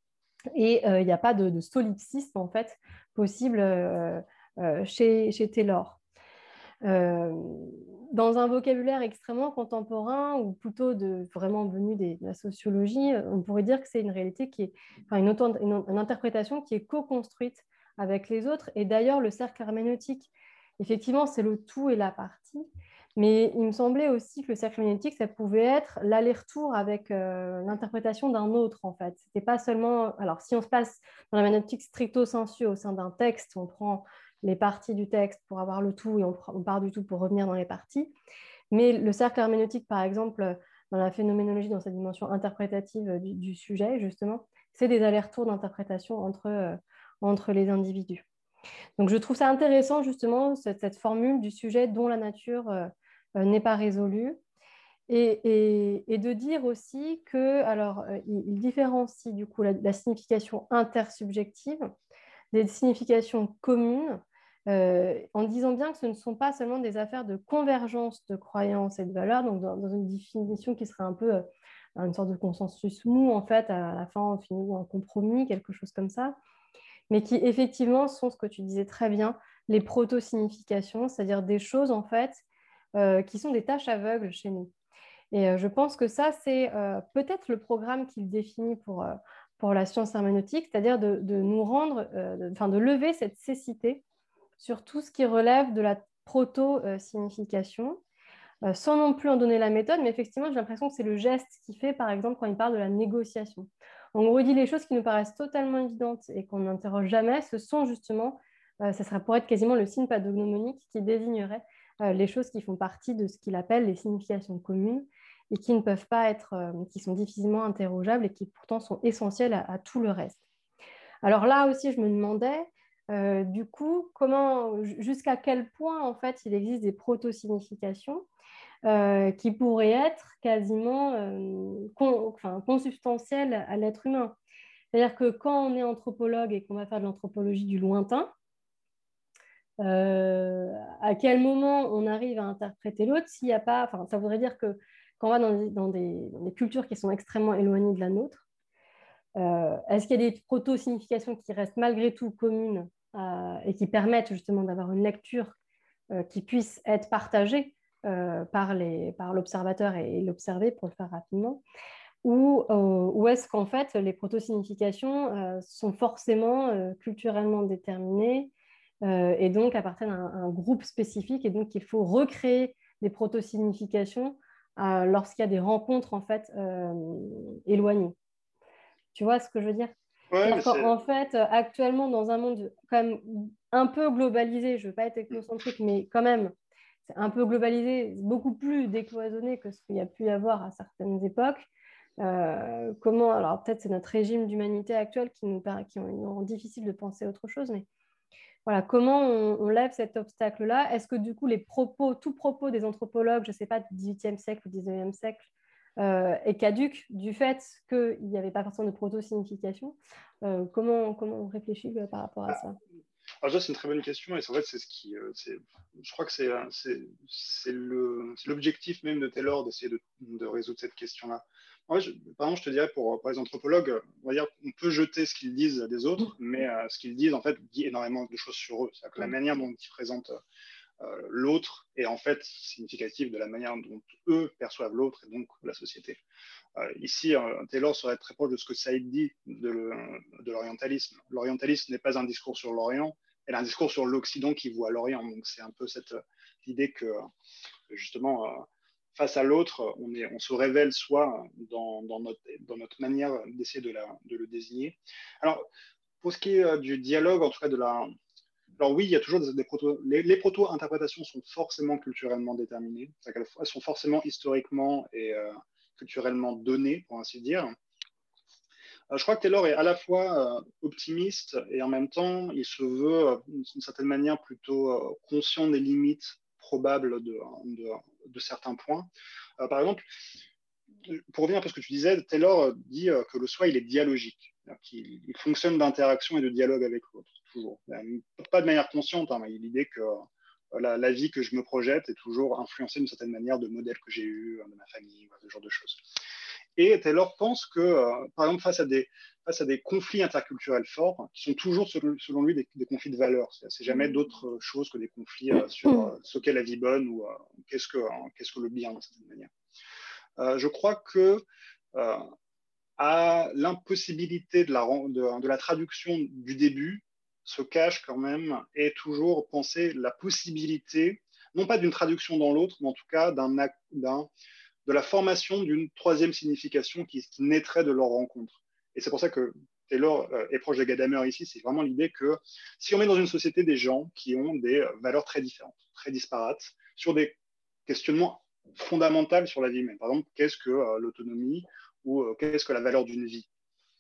et il euh, n'y a pas de, de solipsisme, en fait, possible euh, euh, chez, chez Taylor. Euh, dans un vocabulaire extrêmement contemporain ou plutôt de, vraiment venu des, de la sociologie, on pourrait dire que c'est une réalité qui est, enfin une, auto, une, une interprétation qui est co-construite avec les autres. Et d'ailleurs, le cercle herméneutique, effectivement, c'est le tout et la partie. Mais il me semblait aussi que le cercle herméneutique, ça pouvait être l'aller-retour avec euh, l'interprétation d'un autre, en fait. C'était pas seulement... Alors, si on se passe dans l'herméneutique stricto sensu au sein d'un texte, on prend les parties du texte pour avoir le tout et on, on part du tout pour revenir dans les parties. Mais le cercle herméneutique, par exemple, dans la phénoménologie, dans sa dimension interprétative du, du sujet, justement, c'est des allers-retours d'interprétation entre, euh, entre les individus. Donc, je trouve ça intéressant, justement, cette, cette formule du sujet dont la nature euh, n'est pas résolue. Et, et, et, de dire aussi que, alors, euh, il, il différencie du coup la, la signification intersubjective des significations communes, euh, en disant bien que ce ne sont pas seulement des affaires de convergence de croyances et de valeurs, donc dans, dans une définition qui serait un peu euh, une sorte de consensus mou, en fait, à la fin, on finit un compromis, quelque chose comme ça, mais qui effectivement sont, ce que tu disais très bien, les proto-significations, c'est-à-dire des choses, en fait, euh, qui sont des tâches aveugles chez nous. Et euh, je pense que ça, c'est euh, peut-être le programme qu'il définit pour, euh, pour la science herméneutique, c'est-à-dire de, de nous rendre, euh, de, enfin, de lever cette cécité sur tout ce qui relève de la proto-signification, euh, sans non plus en donner la méthode, mais effectivement, j'ai l'impression que c'est le geste qu'il fait, par exemple, quand il parle de la négociation. En gros, il dit les choses qui nous paraissent totalement évidentes et qu'on n'interroge jamais, ce sont justement, euh, ça serait pour être quasiment le signe pathognomonique qui désignerait euh, les choses qui font partie de ce qu'il appelle les significations communes et qui ne peuvent pas être, euh, qui sont difficilement interrogeables et qui pourtant sont essentielles à, à tout le reste. Alors là aussi, je me demandais, euh, du coup, comment, jusqu'à quel point en fait il existe des proto-significations euh, qui pourraient être quasiment euh, con, enfin, consubstantielles à l'être humain. C'est-à-dire que quand on est anthropologue et qu'on va faire de l'anthropologie du lointain, euh, à quel moment on arrive à interpréter l'autre s'il n'y a pas, enfin, ça voudrait dire que quand on va dans des, dans des, dans des cultures qui sont extrêmement éloignées de la nôtre, euh, est-ce qu'il y a des proto-significations qui restent malgré tout communes euh, et qui permettent justement d'avoir une lecture euh, qui puisse être partagée euh, par, les, par l'observateur et, et l'observé, pour le faire rapidement, ou, euh, ou est-ce qu'en fait les proto-significations euh, sont forcément euh, culturellement déterminées euh, et donc appartiennent à un, un groupe spécifique et donc il faut recréer des proto-significations euh, lorsqu'il y a des rencontres en fait euh, éloignées. Tu vois ce que je veux dire? Ouais, mais C'est-à-dire c'est... qu'en fait, actuellement, dans un monde quand même un peu globalisé, je ne veux pas être technocentrique, mais quand même, c'est un peu globalisé, beaucoup plus décloisonné que ce qu'il y a pu y avoir à certaines époques, Euh, comment, alors peut-être c'est notre régime d'humanité actuel qui nous, qui nous rend difficile de penser à autre chose, mais voilà, comment on, on lève cet obstacle-là? Est-ce que du coup, les propos, tout propos des anthropologues, je ne sais pas, du dix-huitième siècle ou dix-neuvième siècle, euh, est caduque du fait qu'il n'y avait pas forcément de proto-signification? euh, comment, comment on réfléchit euh, par rapport à ça? Alors ça, c'est une très bonne question et c'est en fait, c'est ce qui, euh, c'est, je crois que c'est, euh, c'est, c'est le, c'est l'objectif même de Taylor d'essayer de, de résoudre cette question-là. Ouais, je, par exemple, je te dirais pour, pour les anthropologues, on va dire, on peut jeter ce qu'ils disent des autres, mais euh, ce qu'ils disent en fait dit énormément de choses sur eux. C'est-à-dire que la manière dont ils présentent euh, l'autre est en fait significative de la manière dont eux perçoivent l'autre et donc la société. Euh, ici, euh, Taylor serait très proche de ce que Saïd dit de, le, de l'orientalisme. L'orientalisme n'est pas un discours sur l'Orient, elle a un discours sur l'Occident qui voit l'Orient. Donc c'est un peu cette idée que justement, euh, face à l'autre, on, est, on se révèle soi dans, dans, notre, dans notre manière d'essayer de, la, de le désigner. Alors, pour ce qui est euh, du dialogue, en tout cas de la... Alors oui, il y a toujours des, des proto... Les, les proto-interprétations sont forcément culturellement déterminées. C'est-à-dire qu'elles sont forcément historiquement et euh, culturellement données, pour ainsi dire. Euh, je crois que Taylor est à la fois euh, optimiste et en même temps, il se veut, euh, d'une certaine manière, plutôt euh, conscient des limites probables de, de, de certains points. Euh, par exemple, pour revenir un peu à ce que tu disais, Taylor dit euh, que le soi, il est dialogique, qu'il il fonctionne d'interaction et de dialogue avec l'autre, toujours. Pas de manière consciente, hein, mais il y a l'idée que euh, la, la vie que je me projette est toujours influencée d'une certaine manière de modèles que j'ai eus, de ma famille, ce genre de choses. Et Taylor pense que, euh, par exemple, face à, des, face à des conflits interculturels forts, qui sont toujours, selon, selon lui, des, des conflits de valeurs. C'est, c'est jamais d'autre chose que des conflits euh, sur euh, ce qu'est la vie bonne ou euh, qu'est-ce, que, hein, qu'est-ce que le bien, d'une certaine manière. Euh, je crois que euh, à l'impossibilité de la, de, de la traduction du début se cache quand même et toujours penser la possibilité, non pas d'une traduction dans l'autre, mais en tout cas d'un, d'un de la formation d'une troisième signification qui, qui naîtrait de leur rencontre. Et c'est pour ça que Taylor euh, est proche de Gadamer ici, c'est vraiment l'idée que si on met dans une société des gens qui ont des valeurs très différentes, très disparates, sur des questionnements fondamentaux sur la vie humaine, par exemple, qu'est-ce que euh, l'autonomie ou euh, qu'est-ce que la valeur d'une vie,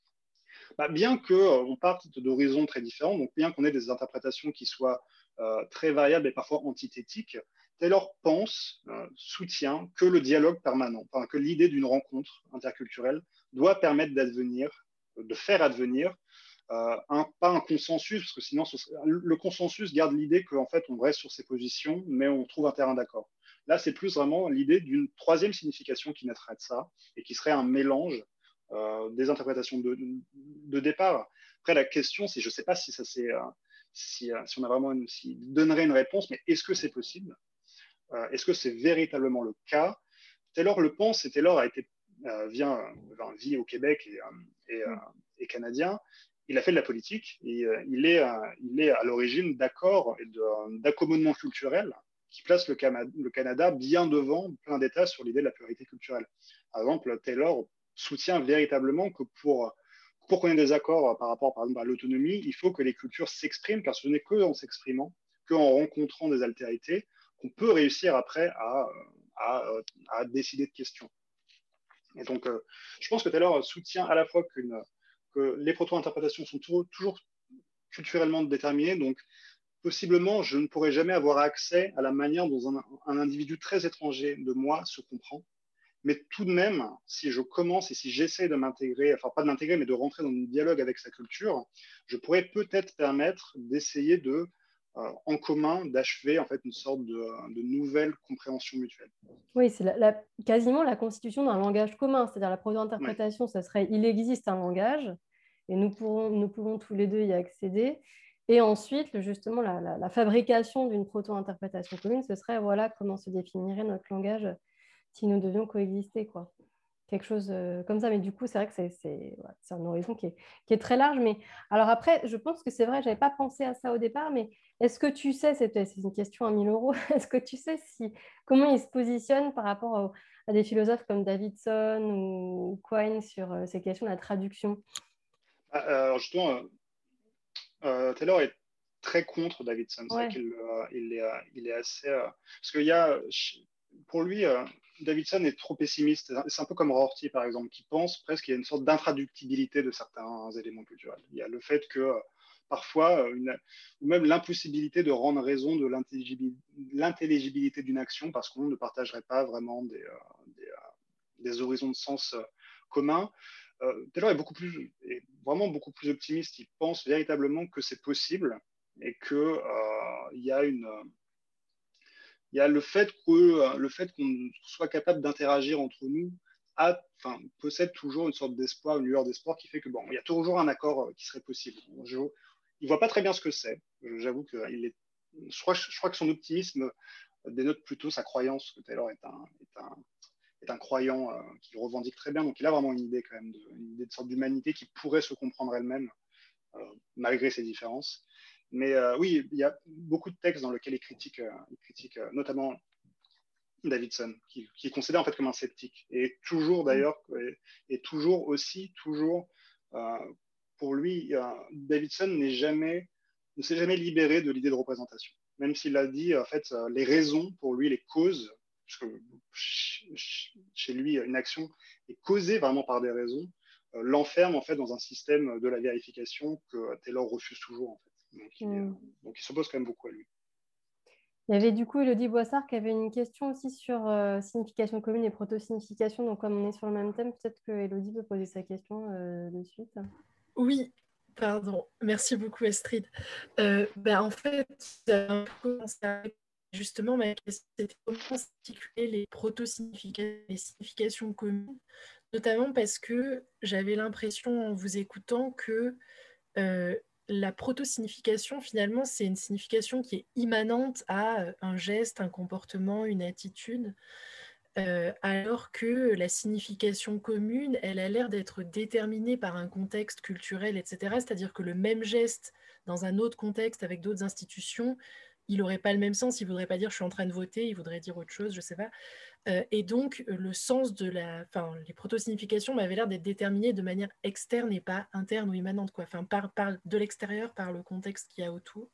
bah, bien qu'on euh, parte d'horizons très différents, donc bien qu'on ait des interprétations qui soient euh, très variables et parfois antithétiques, Taylor pense, euh, soutient que le dialogue permanent, enfin, que l'idée d'une rencontre interculturelle doit permettre d'advenir, de faire advenir, euh, un, pas un consensus, parce que sinon ce serait, le consensus garde l'idée qu'en fait on reste sur ses positions, mais on trouve un terrain d'accord. Là, c'est plus vraiment l'idée d'une troisième signification qui naîtrait de ça et qui serait un mélange euh, des interprétations de, de, départ. Après, la question, c'est, je ne sais pas si ça c'est, euh, si, euh, si on a vraiment une, si donnerait une réponse, mais est-ce que c'est possible? euh, Est-ce que c'est véritablement le cas? Taylor le pense, et Taylor a été euh, vient, euh, vit au Québec et, euh, et, euh, et canadien. Il a fait de la politique et euh, il, est, euh, il est à l'origine d'accords et de, d'accommodements culturels qui placent le, Canada, le Canada bien devant plein d'États sur l'idée de la pluralité culturelle. Par exemple, Taylor soutient véritablement que pour, pour qu'on ait des accords par rapport par exemple, à l'autonomie, il faut que les cultures s'expriment, car ce n'est qu'en s'exprimant, qu'en rencontrant des altérités, qu'on peut réussir après à, à, à décider de questions. Et donc, euh, je pense que Taylor soutient à la fois qu'une, que les proto-interprétations sont toujours, toujours culturellement déterminées, donc possiblement, je ne pourrai jamais avoir accès à la manière dont un, un individu très étranger de moi se comprend. Mais tout de même, si je commence et si j'essaie de m'intégrer, enfin pas de m'intégrer, mais de rentrer dans un dialogue avec sa culture, je pourrais peut-être permettre d'essayer de, euh, en commun, d'achever en fait une sorte de, de nouvelle compréhension mutuelle. Oui, c'est la, la, quasiment la constitution d'un langage commun, c'est-à-dire la proto-interprétation, ouais. ça serait il existe un langage et nous, pourrons, nous pouvons tous les deux y accéder. Et ensuite, justement, la, la, la fabrication d'une proto-interprétation commune, ce serait voilà comment se définirait notre langage si nous devions coexister, quoi. Quelque chose euh, comme ça. Mais du coup, c'est vrai que c'est, c'est, ouais, c'est un horizon qui est, qui est très large. Mais alors après, je pense que c'est vrai, je n'avais pas pensé à ça au départ, mais est-ce que tu sais, c'est, c'est une question à mille euros, est-ce que tu sais si, comment il se positionne par rapport au, à des philosophes comme Davidson ou Quine sur euh, ces questions de la traduction? Ah, alors justement, euh, euh, Taylor est très contre Davidson. C'est vrai Ouais. qu'il euh, il est, euh, il est assez... Euh, parce qu'il y a... pour lui, euh, Davidson est trop pessimiste. C'est un peu comme Rorty, par exemple, qui pense presque qu'il y a une sorte d'intraductibilité de certains éléments culturels. Il y a le fait que euh, parfois, une, ou même l'impossibilité de rendre raison de l'intelligibilité d'une action parce qu'on ne partagerait pas vraiment des, euh, des, euh, des horizons de sens euh, communs. Euh, Taylor est beaucoup plus, est vraiment beaucoup plus optimiste. Il pense véritablement que c'est possible et que euh, il y a une il y a le fait que le fait qu'on soit capable d'interagir entre nous a, enfin, possède toujours une sorte d'espoir, une lueur d'espoir qui fait que bon, il y a toujours un accord qui serait possible. Je, il voit pas très bien ce que c'est. J'avoue que il est, je crois, je crois que son optimisme dénote plutôt sa croyance que Taylor est un, est un, est un croyant euh, qui revendique très bien. Donc il a vraiment une idée quand même, de, une idée de sorte d'humanité qui pourrait se comprendre elle-même euh, malgré ses différences. Mais euh, oui, il y a beaucoup de textes dans lesquels il critique, euh, il critique euh, notamment Davidson, qui, qui est considéré en fait comme un sceptique. Et toujours d'ailleurs, et, et toujours aussi, toujours, euh, pour lui, euh, Davidson n'est jamais, ne s'est jamais libéré de l'idée de représentation. Même s'il a dit, en fait, euh, les raisons, pour lui, les causes, parce que chez lui, une action est causée vraiment par des raisons, euh, l'enferme en fait dans un système de la vérification que Taylor refuse toujours en fait. Donc il, mm. donc il s'oppose quand même beaucoup à lui. Il y avait du coup Elodie Boissard qui avait une question aussi sur euh, signification commune et proto-signification. Donc comme on est sur le même thème, peut-être que Elodie peut poser sa question euh, de suite. Oui, pardon. Merci beaucoup Astrid. Euh, ben, en fait, justement, ma question c'était comment articuler les proto-significations, les significations communes, notamment parce que j'avais l'impression en vous écoutant que euh, la proto-signification, finalement, c'est une signification qui est immanente à un geste, un comportement, une attitude, euh, alors que la signification commune, elle a l'air d'être déterminée par un contexte culturel, et cetera. C'est-à-dire que le même geste, dans un autre contexte, avec d'autres institutions, il n'aurait pas le même sens, il ne voudrait pas dire « je suis en train de voter », il voudrait dire autre chose, je ne sais pas. Euh, et donc, le sens de la... Enfin, les proto-significations m'avaient l'air d'être déterminées de manière externe et pas interne ou immanente, quoi. Enfin, par, par de l'extérieur, par le contexte qu'il y a autour.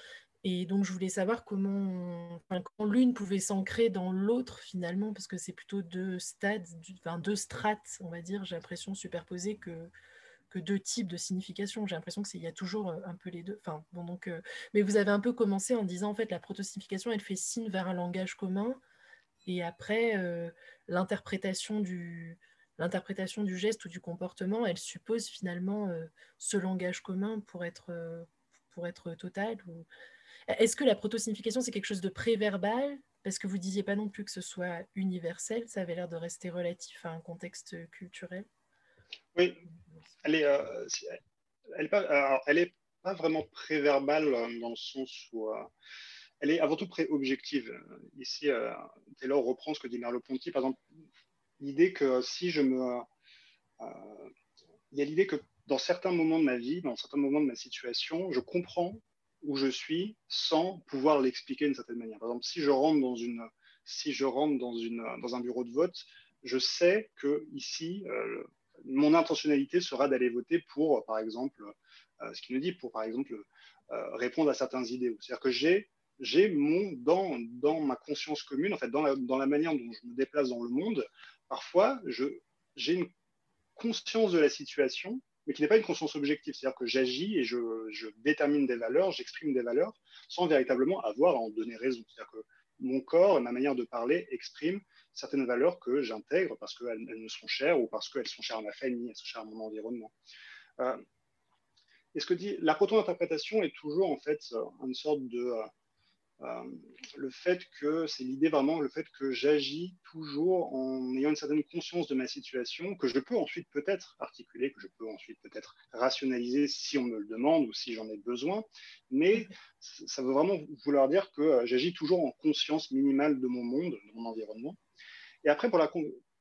Et donc, je voulais savoir comment, enfin, comment l'une pouvait s'ancrer dans l'autre, finalement, parce que c'est plutôt deux stades, enfin, deux strates, on va dire, j'ai l'impression, superposées que, que deux types de signification. J'ai l'impression qu'il y a toujours un peu les deux. Enfin, bon, donc, euh, mais vous avez un peu commencé en disant, en fait, la proto-signification, elle fait signe vers un langage commun. Et après, euh, l'interprétation du, l'interprétation du geste ou du comportement, elle suppose finalement euh, ce langage commun pour être, euh, pour être total. Ou... Est-ce que la proto-signification, c'est quelque chose de pré-verbal? Parce que vous ne disiez pas non plus que ce soit universel, ça avait l'air de rester relatif à un contexte culturel. Oui, elle est, euh, elle est pas, alors, elle est pas vraiment pré-verbale dans le sens où euh, elle est avant tout pré-objective. Ici, euh, Taylor reprend ce que dit Merleau-Ponty, par exemple, l'idée que si je me... Euh, il y a l'idée que dans certains moments de ma vie, dans certains moments de ma situation, je comprends où je suis sans pouvoir l'expliquer d'une certaine manière. Par exemple, si je rentre dans une, si je rentre dans une, dans un bureau de vote, je sais que ici, euh, mon intentionnalité sera d'aller voter pour, par exemple, euh, ce qu'il nous dit, pour, par exemple, euh, répondre à certains idéaux. C'est-à-dire que j'ai, j'ai mon, dans, dans ma conscience commune, en fait, dans la, dans la manière dont je me déplace dans le monde, parfois, je, j'ai une conscience de la situation, mais qui n'est pas une conscience objective. C'est-à-dire que j'agis et je, je détermine des valeurs, j'exprime des valeurs, sans véritablement avoir à en donner raison. C'est-à-dire que mon corps et ma manière de parler expriment certaines valeurs que j'intègre parce qu'elles elles me sont chères ou parce qu'elles sont chères à ma famille, elles sont chères à mon environnement. Euh, et ce que dit la proto-interprétation est toujours en fait une sorte de euh, euh, le fait que c'est l'idée vraiment, le fait que j'agis toujours en ayant une certaine conscience de ma situation, que je peux ensuite peut-être articuler, que je peux ensuite peut-être rationaliser si on me le demande ou si j'en ai besoin, mais ça veut vraiment vouloir dire que j'agis toujours en conscience minimale de mon monde, de mon environnement. Et après, pour la,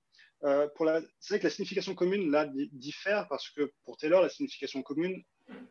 euh, pour la, c'est vrai que la signification commune là diffère parce que pour Taylor, la signification commune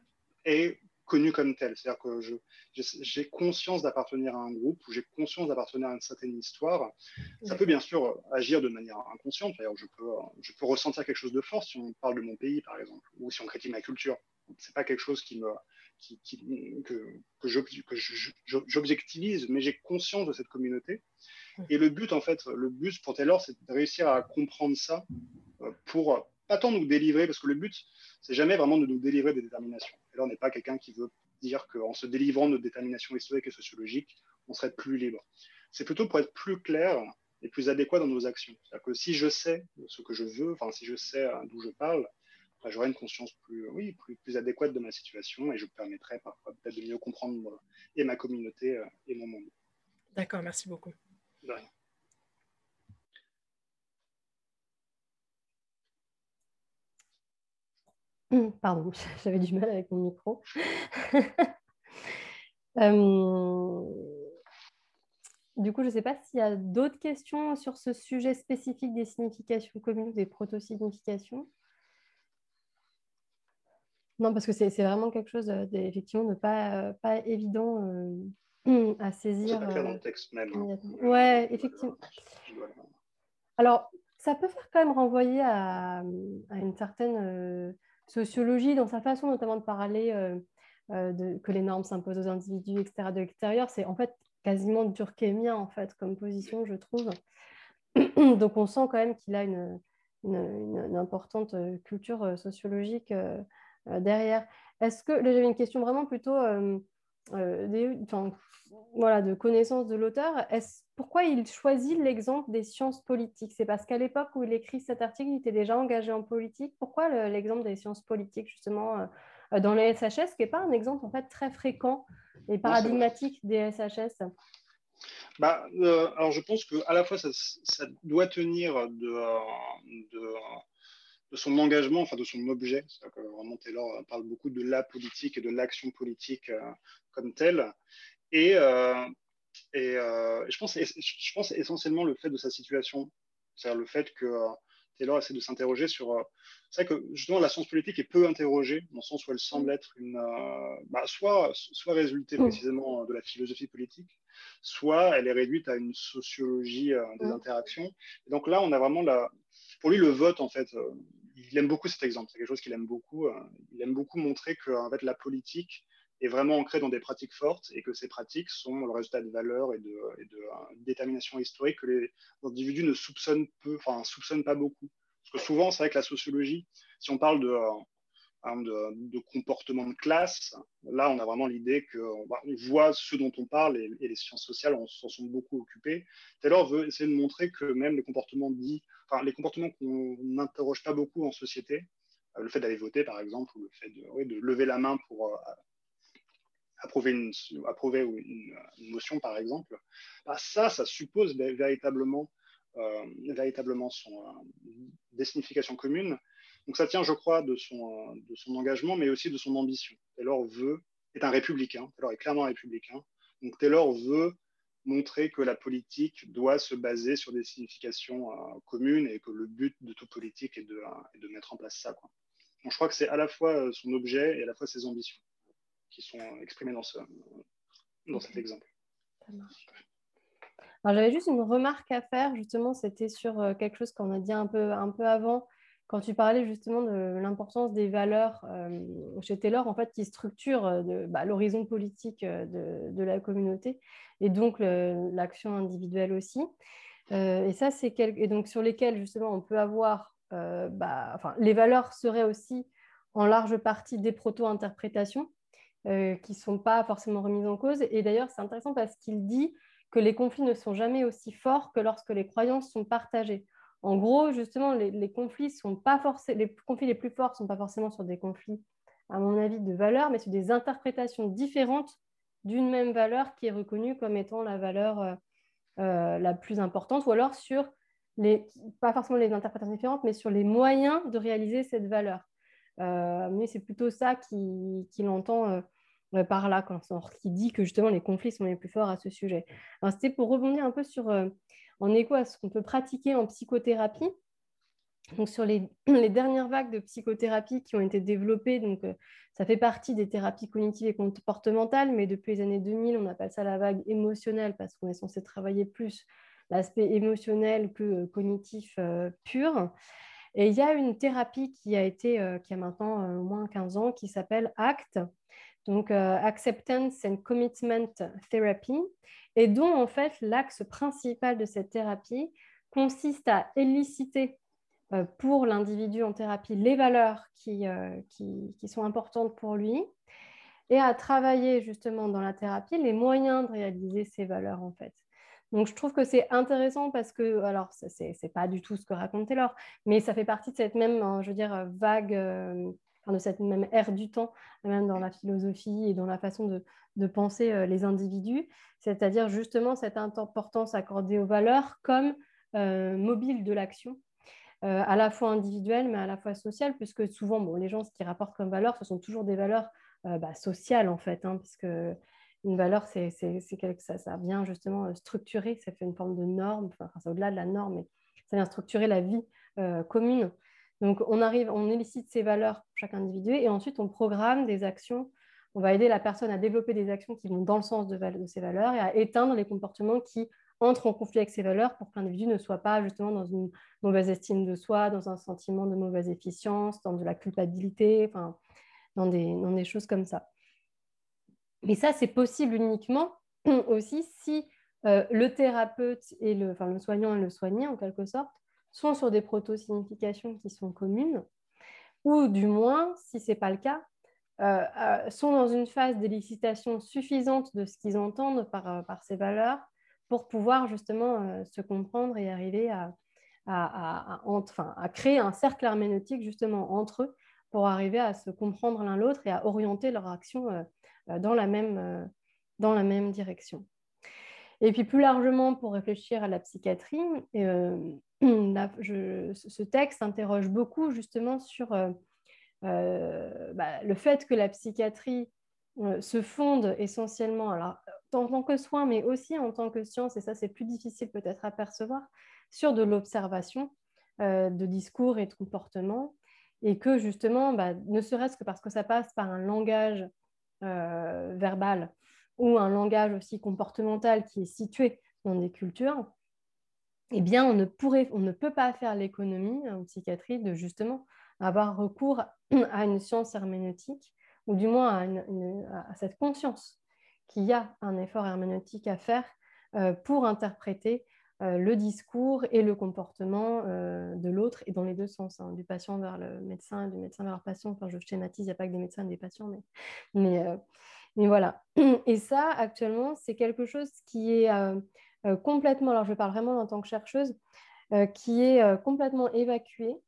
est connu comme tel. C'est-à-dire que je, j'ai conscience d'appartenir à un groupe ou j'ai conscience d'appartenir à une certaine histoire. Ça peut bien sûr agir de manière inconsciente. D'ailleurs, je peux, je peux ressentir quelque chose de fort si on parle de mon pays, par exemple, ou si on critique ma culture. C'est pas quelque chose qui me, qui, qui, que, que j'objectivise, mais j'ai conscience de cette communauté. Et le but, en fait, le but pour Taylor, c'est de réussir à comprendre ça pour pas tant nous délivrer, parce que le but, c'est jamais vraiment de nous délivrer des déterminations. Taylor n'est pas quelqu'un qui veut dire qu'en se délivrant de nos déterminations historiques et sociologiques, on serait plus libre. C'est plutôt pour être plus clair et plus adéquat dans nos actions. C'est-à-dire que si je sais ce que je veux, enfin si je sais d'où je parle, bah, j'aurai une conscience plus, oui, plus, plus adéquate de ma situation et je me permettrai parfois peut-être de mieux comprendre et ma communauté et mon monde. D'accord, merci beaucoup. De rien. Pardon, j'avais du mal avec mon micro. euh... Du coup, je ne sais pas s'il y a d'autres questions sur ce sujet spécifique des significations communes ou des proto-significations. Non, parce que c'est vraiment quelque chose, effectivement, de pas, pas évident euh, à saisir. C'est pas clair dans le texte même. Hein. Ouais, effectivement. Alors, ça peut faire quand même renvoyer à, à une certaine euh, sociologie dans sa façon notamment de parler euh, euh, de, que les normes s'imposent aux individus, et cetera, de l'extérieur. C'est en fait quasiment durkheimien, en fait, comme position, je trouve. Donc, on sent quand même qu'il a une, une, une, une importante culture sociologique euh, euh, derrière. Est-ce que, là, j'avais une question vraiment plutôt euh, euh, des, enfin, voilà, de connaissance de l'auteur. Est-ce, pourquoi il choisit l'exemple des sciences politiques? C'est parce qu'à l'époque où il écrit cet article, il était déjà engagé en politique. Pourquoi le, l'exemple des sciences politiques, justement, euh, dans les S H S, qui n'est pas un exemple en fait très fréquent et paradigmatique des S H S? Bah, euh, alors je pense que à la fois ça, ça doit tenir de, de, de son engagement, enfin de son objet. C'est-à-dire que vraiment Taylor parle beaucoup de la politique et de l'action politique euh, comme telle. Et, euh, et euh, je, pense, je pense essentiellement le fait de sa situation, c'est-à-dire le fait que euh, Taylor essaie de s'interroger sur. Euh, c'est vrai que justement la science politique est peu interrogée, dans le sens où elle semble être une, euh, bah, soit, soit résulter précisément de la philosophie politique, soit elle est réduite à une sociologie euh, des interactions. Et donc là, on a vraiment la. Pour lui, le vote, en fait, euh, il aime beaucoup cet exemple. C'est quelque chose qu'il aime beaucoup. Euh, il aime beaucoup montrer que en fait, la politique est vraiment ancrée dans des pratiques fortes et que ces pratiques sont le résultat de valeurs et de, et de uh, détermination historique que les individus ne soupçonnent peu, enfin soupçonnent pas beaucoup. Parce que souvent, c'est vrai que la sociologie, si on parle de, uh, de, de comportement de classe, là, on a vraiment l'idée qu'on bah, on voit ce dont on parle et, et les sciences sociales s'en sont beaucoup occupées. Taylor veut essayer de montrer que même les comportements dits, enfin les comportements qu'on n'interroge pas beaucoup en société, uh, le fait d'aller voter par exemple, ou le fait de, ouais, de lever la main pour uh, approuver une, approuver une, une motion, par exemple, bah ça, ça suppose véritablement, euh, véritablement son, euh, des significations communes. Donc ça tient, je crois, de son, de son engagement, mais aussi de son ambition. Taylor veut, est un républicain, Taylor est clairement un républicain, donc Taylor veut montrer que la politique doit se baser sur des significations euh, communes et que le but de toute politique est de, euh, est de mettre en place ça, quoi. Donc je crois que c'est à la fois son objet et à la fois ses ambitions qui sont exprimés dans, ce, dans cet exemple. Ça marche. Alors, j'avais juste une remarque à faire, justement, c'était sur quelque chose qu'on a dit un peu, un peu avant, quand tu parlais justement de l'importance des valeurs euh, chez Taylor, en fait, qui structurent bah, l'horizon politique de, de la communauté et donc l'action individuelle aussi. Euh, et ça, c'est quel... et donc sur lesquels justement on peut avoir, euh, bah, enfin, les valeurs seraient aussi en large partie des proto-interprétations. Euh, qui ne sont pas forcément remises en cause. Et d'ailleurs, c'est intéressant parce qu'il dit que les conflits ne sont jamais aussi forts que lorsque les croyances sont partagées. En gros, justement, les, les conflits sont pas forcément, les conflits les plus forts ne sont pas forcément sur des conflits, à mon avis, de valeurs, mais sur des interprétations différentes d'une même valeur qui est reconnue comme étant la valeur euh, euh, la plus importante, ou alors sur les, pas forcément les interprétations différentes, mais sur les moyens de réaliser cette valeur. Euh, mais c'est plutôt ça qu'il qui entend euh, par là, quand il dit que justement les conflits sont les plus forts à ce sujet. Alors, c'était pour rebondir un peu sur, euh, en écho à ce qu'on peut pratiquer en psychothérapie. Donc, sur les, les dernières vagues de psychothérapie qui ont été développées, donc, euh, ça fait partie des thérapies cognitives et comportementales, mais depuis les années deux mille, on appelle ça la vague émotionnelle parce qu'on est censé travailler plus l'aspect émotionnel que euh, cognitif euh, pur. Et il y a une thérapie qui a, été, euh, qui a maintenant euh, au moins quinze ans qui s'appelle A C T, donc euh, Acceptance and Commitment Therapy, et dont en fait l'axe principal de cette thérapie consiste à éliciter euh, pour l'individu en thérapie les valeurs qui, euh, qui, qui sont importantes pour lui, et à travailler justement dans la thérapie les moyens de réaliser ces valeurs en fait. Donc je trouve que c'est intéressant parce que, alors c'est c'est pas du tout ce que raconte Taylor, mais ça fait partie de cette même, je veux dire, vague, euh, enfin, de cette même ère du temps, même dans la philosophie et dans la façon de, de penser euh, les individus, c'est-à-dire justement cette importance accordée aux valeurs comme euh, mobile de l'action. Euh, à la fois individuelle, mais à la fois sociale, puisque souvent, bon, les gens, ce qu'ils rapportent comme valeurs, ce sont toujours des valeurs euh, bah, sociales, en fait, hein, puisque une valeur, c'est, c'est, c'est quelque, ça, ça vient justement structurer, ça fait une forme de norme, enfin, c'est au-delà de la norme, mais ça vient structurer la vie euh, commune. Donc, on arrive, on élicite ces valeurs pour chaque individu, et ensuite, on programme des actions. On va aider la personne à développer des actions qui vont dans le sens de, de ces valeurs et à éteindre les comportements qui entrent en conflit avec ces valeurs pour que l'individu ne soit pas justement dans une mauvaise estime de soi, dans un sentiment de mauvaise efficience, dans de la culpabilité, enfin, dans des, dans des choses comme ça. Mais ça, c'est possible uniquement aussi si euh, le thérapeute et le, enfin, le soignant et le soigné, en quelque sorte, sont sur des proto-significations qui sont communes, ou du moins, si ce n'est pas le cas, euh, euh, sont dans une phase d'élicitation suffisante de ce qu'ils entendent par, euh, par ces valeurs pour pouvoir justement euh, se comprendre et arriver à, à, à, à, enfin, à créer un cercle herméneutique justement entre eux pour arriver à se comprendre l'un l'autre et à orienter leur action euh, dans, la même, euh, dans la même direction. Et puis plus largement, pour réfléchir à la psychiatrie, euh, là, je, ce texte interroge beaucoup justement sur euh, euh, bah, le fait que la psychiatrie euh, se fonde essentiellement, alors, en tant que soin, mais aussi en tant que science, et ça c'est plus difficile peut-être à percevoir, sur de l'observation euh, de discours et de comportements, et que justement, bah, ne serait-ce que parce que ça passe par un langage euh, verbal ou un langage aussi comportemental qui est situé dans des cultures, eh bien, on ne, pourrait, on ne peut pas faire l'économie en psychiatrie de justement avoir recours à une science herméneutique, ou du moins à, une, une, à cette conscience qu'il y a un effort herméneutique à faire euh, pour interpréter euh, le discours et le comportement euh, de l'autre, et dans les deux sens, hein, du patient vers le médecin et du médecin vers le patient. Enfin, je schématise, il n'y a pas que des médecins et des patients, mais, mais, euh, mais voilà. Et ça, actuellement, c'est quelque chose qui est... Euh, Euh, complètement, alors je parle vraiment en tant que chercheuse, euh, qui est euh, complètement évacuée,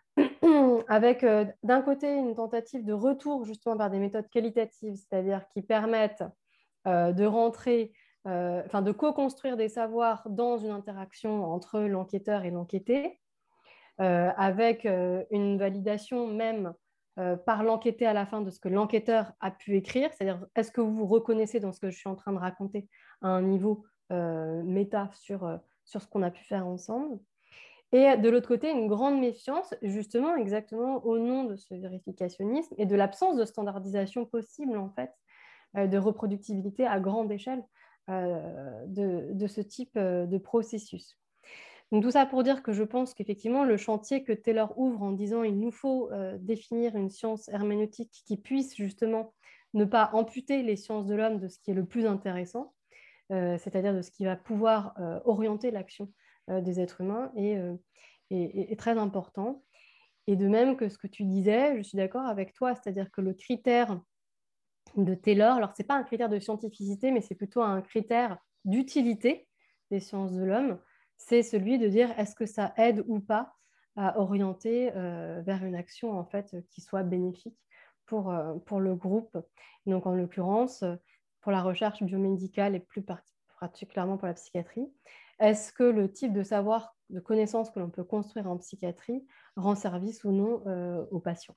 avec euh, d'un côté une tentative de retour justement par des méthodes qualitatives, c'est-à-dire qui permettent euh, de rentrer, euh, enfin de co-construire des savoirs dans une interaction entre l'enquêteur et l'enquêté, euh, avec euh, une validation même euh, par l'enquêté à la fin de ce que l'enquêteur a pu écrire, c'est-à-dire est-ce que vous vous reconnaissez dans ce que je suis en train de raconter à un niveau euh, méta sur, euh, sur ce qu'on a pu faire ensemble. Et de l'autre côté, une grande méfiance, justement, exactement au nom de ce vérificationnisme et de l'absence de standardisation possible, en fait, euh, de reproductibilité à grande échelle euh, de, de ce type euh, de processus. Donc, tout ça pour dire que je pense qu'effectivement, le chantier que Taylor ouvre en disant il nous faut euh, définir une science herméneutique qui puisse justement ne pas amputer les sciences de l'homme de ce qui est le plus intéressant, euh, c'est-à-dire de ce qui va pouvoir euh, orienter l'action euh, des êtres humains, est, euh, est, est très important. Et de même que ce que tu disais, je suis d'accord avec toi, c'est-à-dire que le critère de Taylor, alors ce n'est pas un critère de scientificité, mais c'est plutôt un critère d'utilité des sciences de l'homme, c'est celui de dire est-ce que ça aide ou pas à orienter euh, vers une action en fait qui soit bénéfique pour, euh, pour le groupe. Donc en l'occurrence, pour la recherche biomédicale et plus particulièrement pour la psychiatrie, est-ce que le type de savoir, de connaissances que l'on peut construire en psychiatrie rend service ou non euh, aux patients?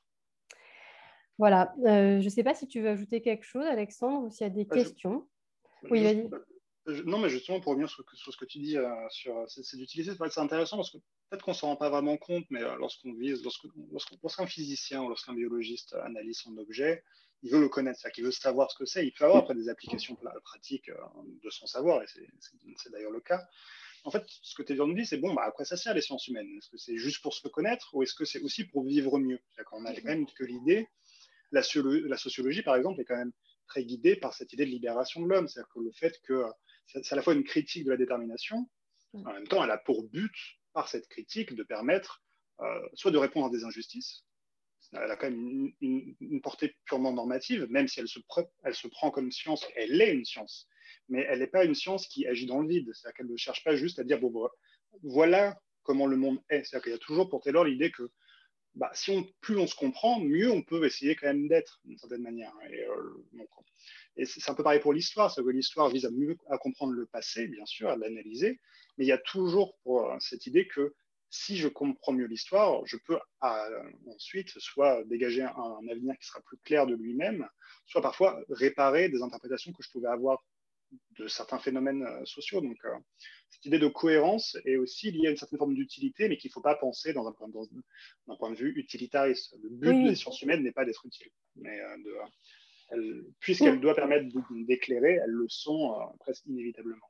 Voilà, euh, je ne sais pas si tu veux ajouter quelque chose, Alexandre, ou s'il y a des Bah, je, questions. Oui, juste, vas-y. je, non, mais justement, pour revenir sur, sur ce que tu dis, euh, sur c'est d'utiliser, c'est intéressant parce que peut-être qu'on ne s'en rend pas vraiment compte, mais euh, lorsqu'on vise, lorsqu'un lorsqu lorsqu'un physicien ou lorsqu'un biologiste analyse son objet, il veut le connaître, c'est-à-dire qu'il veut savoir ce que c'est. Il peut avoir après des applications pratiques euh, de son savoir, et c'est d'ailleurs le cas. En fait, ce que tu viens de dire, c'est bon, bah, à quoi ça sert les sciences humaines? Est-ce que c'est juste pour se connaître ou est-ce que c'est aussi pour vivre mieux? C'est-à-dire qu'on a quand même que l'idée, la, la sociologie, par exemple, est quand même très guidée par cette idée de libération de l'homme. C'est-à-dire que le fait que c'est à la fois une critique de la détermination, en même temps, elle a pour but, par cette critique, de permettre euh, soit de répondre à des injustices. Elle a quand même une, une, une portée purement normative, même si elle se, pre, elle se prend comme science, elle est une science, mais elle n'est pas une science qui agit dans le vide. C'est-à-dire qu'elle ne cherche pas juste à dire, bon, voilà comment le monde est. C'est-à-dire qu'il y a toujours pour Taylor l'idée que bah, si on, plus on se comprend, mieux on peut essayer quand même d'être, d'une certaine manière. Et, euh, donc, et c'est un peu pareil pour l'histoire, c'est que l'histoire vise à mieux à comprendre le passé, bien sûr, à l'analyser, mais il y a toujours pour, euh, cette idée que si je comprends mieux l'histoire, je peux euh, ensuite soit dégager un, un avenir qui sera plus clair de lui-même, soit parfois réparer des interprétations que je pouvais avoir de certains phénomènes euh, sociaux. Donc, euh, cette idée de cohérence est aussi liée à une certaine forme d'utilité, mais qu'il ne faut pas penser dans un, point, dans, d'un point de vue utilitariste. Le but Oui. des sciences humaines n'est pas d'être utile, mais euh, de, elle, puisqu'elles doivent permettre d'éclairer, elles le sont euh, presque inévitablement.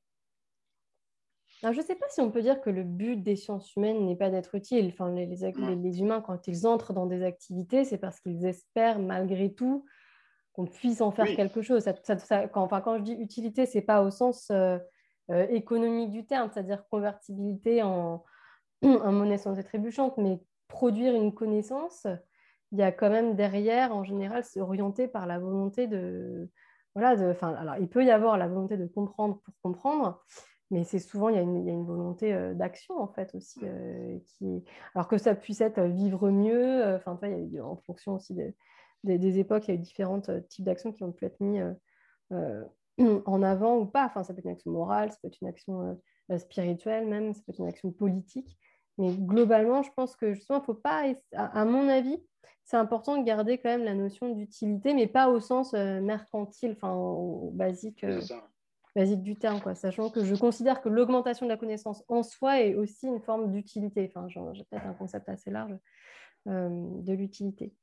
Alors, je ne sais pas si on peut dire que le but des sciences humaines n'est pas d'être utile. Enfin, les, les, les, les humains, quand ils entrent dans des activités, c'est parce qu'ils espèrent malgré tout qu'on puisse en faire Oui. quelque chose. Ça, ça, ça, quand, enfin, quand je dis utilité, ce n'est pas au sens euh, euh, économique du terme, c'est-à-dire convertibilité en, en monnaie sans être trébuchante, mais produire une connaissance, il y a quand même derrière, en général, c'est orienté par la volonté de... Voilà, de, enfin, alors, il peut y avoir la volonté de comprendre pour comprendre, mais c'est souvent, il y a une, il y a une volonté euh, d'action, en fait, aussi. Euh, qui... Alors que ça puisse être vivre mieux, euh, enfin, tu vois, il y a, en fonction aussi des, des, des époques, il y a eu différents euh, types d'actions qui ont pu être mis euh, euh, en avant ou pas. Enfin, ça peut être une action morale, ça peut être une action euh, spirituelle même, ça peut être une action politique. Mais globalement, je pense que justement, il ne faut pas, à mon avis, c'est important de garder quand même la notion d'utilité, mais pas au sens euh, mercantile, enfin, au, au basique, euh, basique du terme, quoi. Sachant que je considère que l'augmentation de la connaissance en soi est aussi une forme d'utilité. Enfin, j'ai peut-être un concept assez large euh, de l'utilité.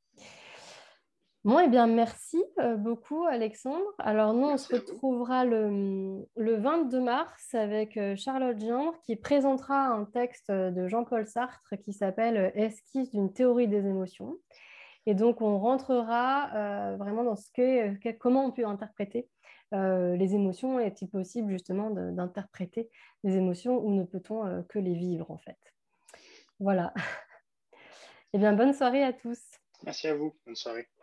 Bon, eh bien, merci euh, beaucoup, Alexandre. Alors, nous, merci on se retrouvera le, le vingt-deux mars avec euh, Charlotte Gindre qui présentera un texte de Jean-Paul Sartre qui s'appelle « Esquisse d'une théorie des émotions ». Et donc, on rentrera euh, vraiment dans ce que, que, comment on peut interpréter euh, les émotions. Est-il possible, justement, d'interpréter les émotions ou ne peut-on euh, que les vivre, en fait? Voilà. Eh bien, bonne soirée à tous. Merci à vous. Bonne soirée.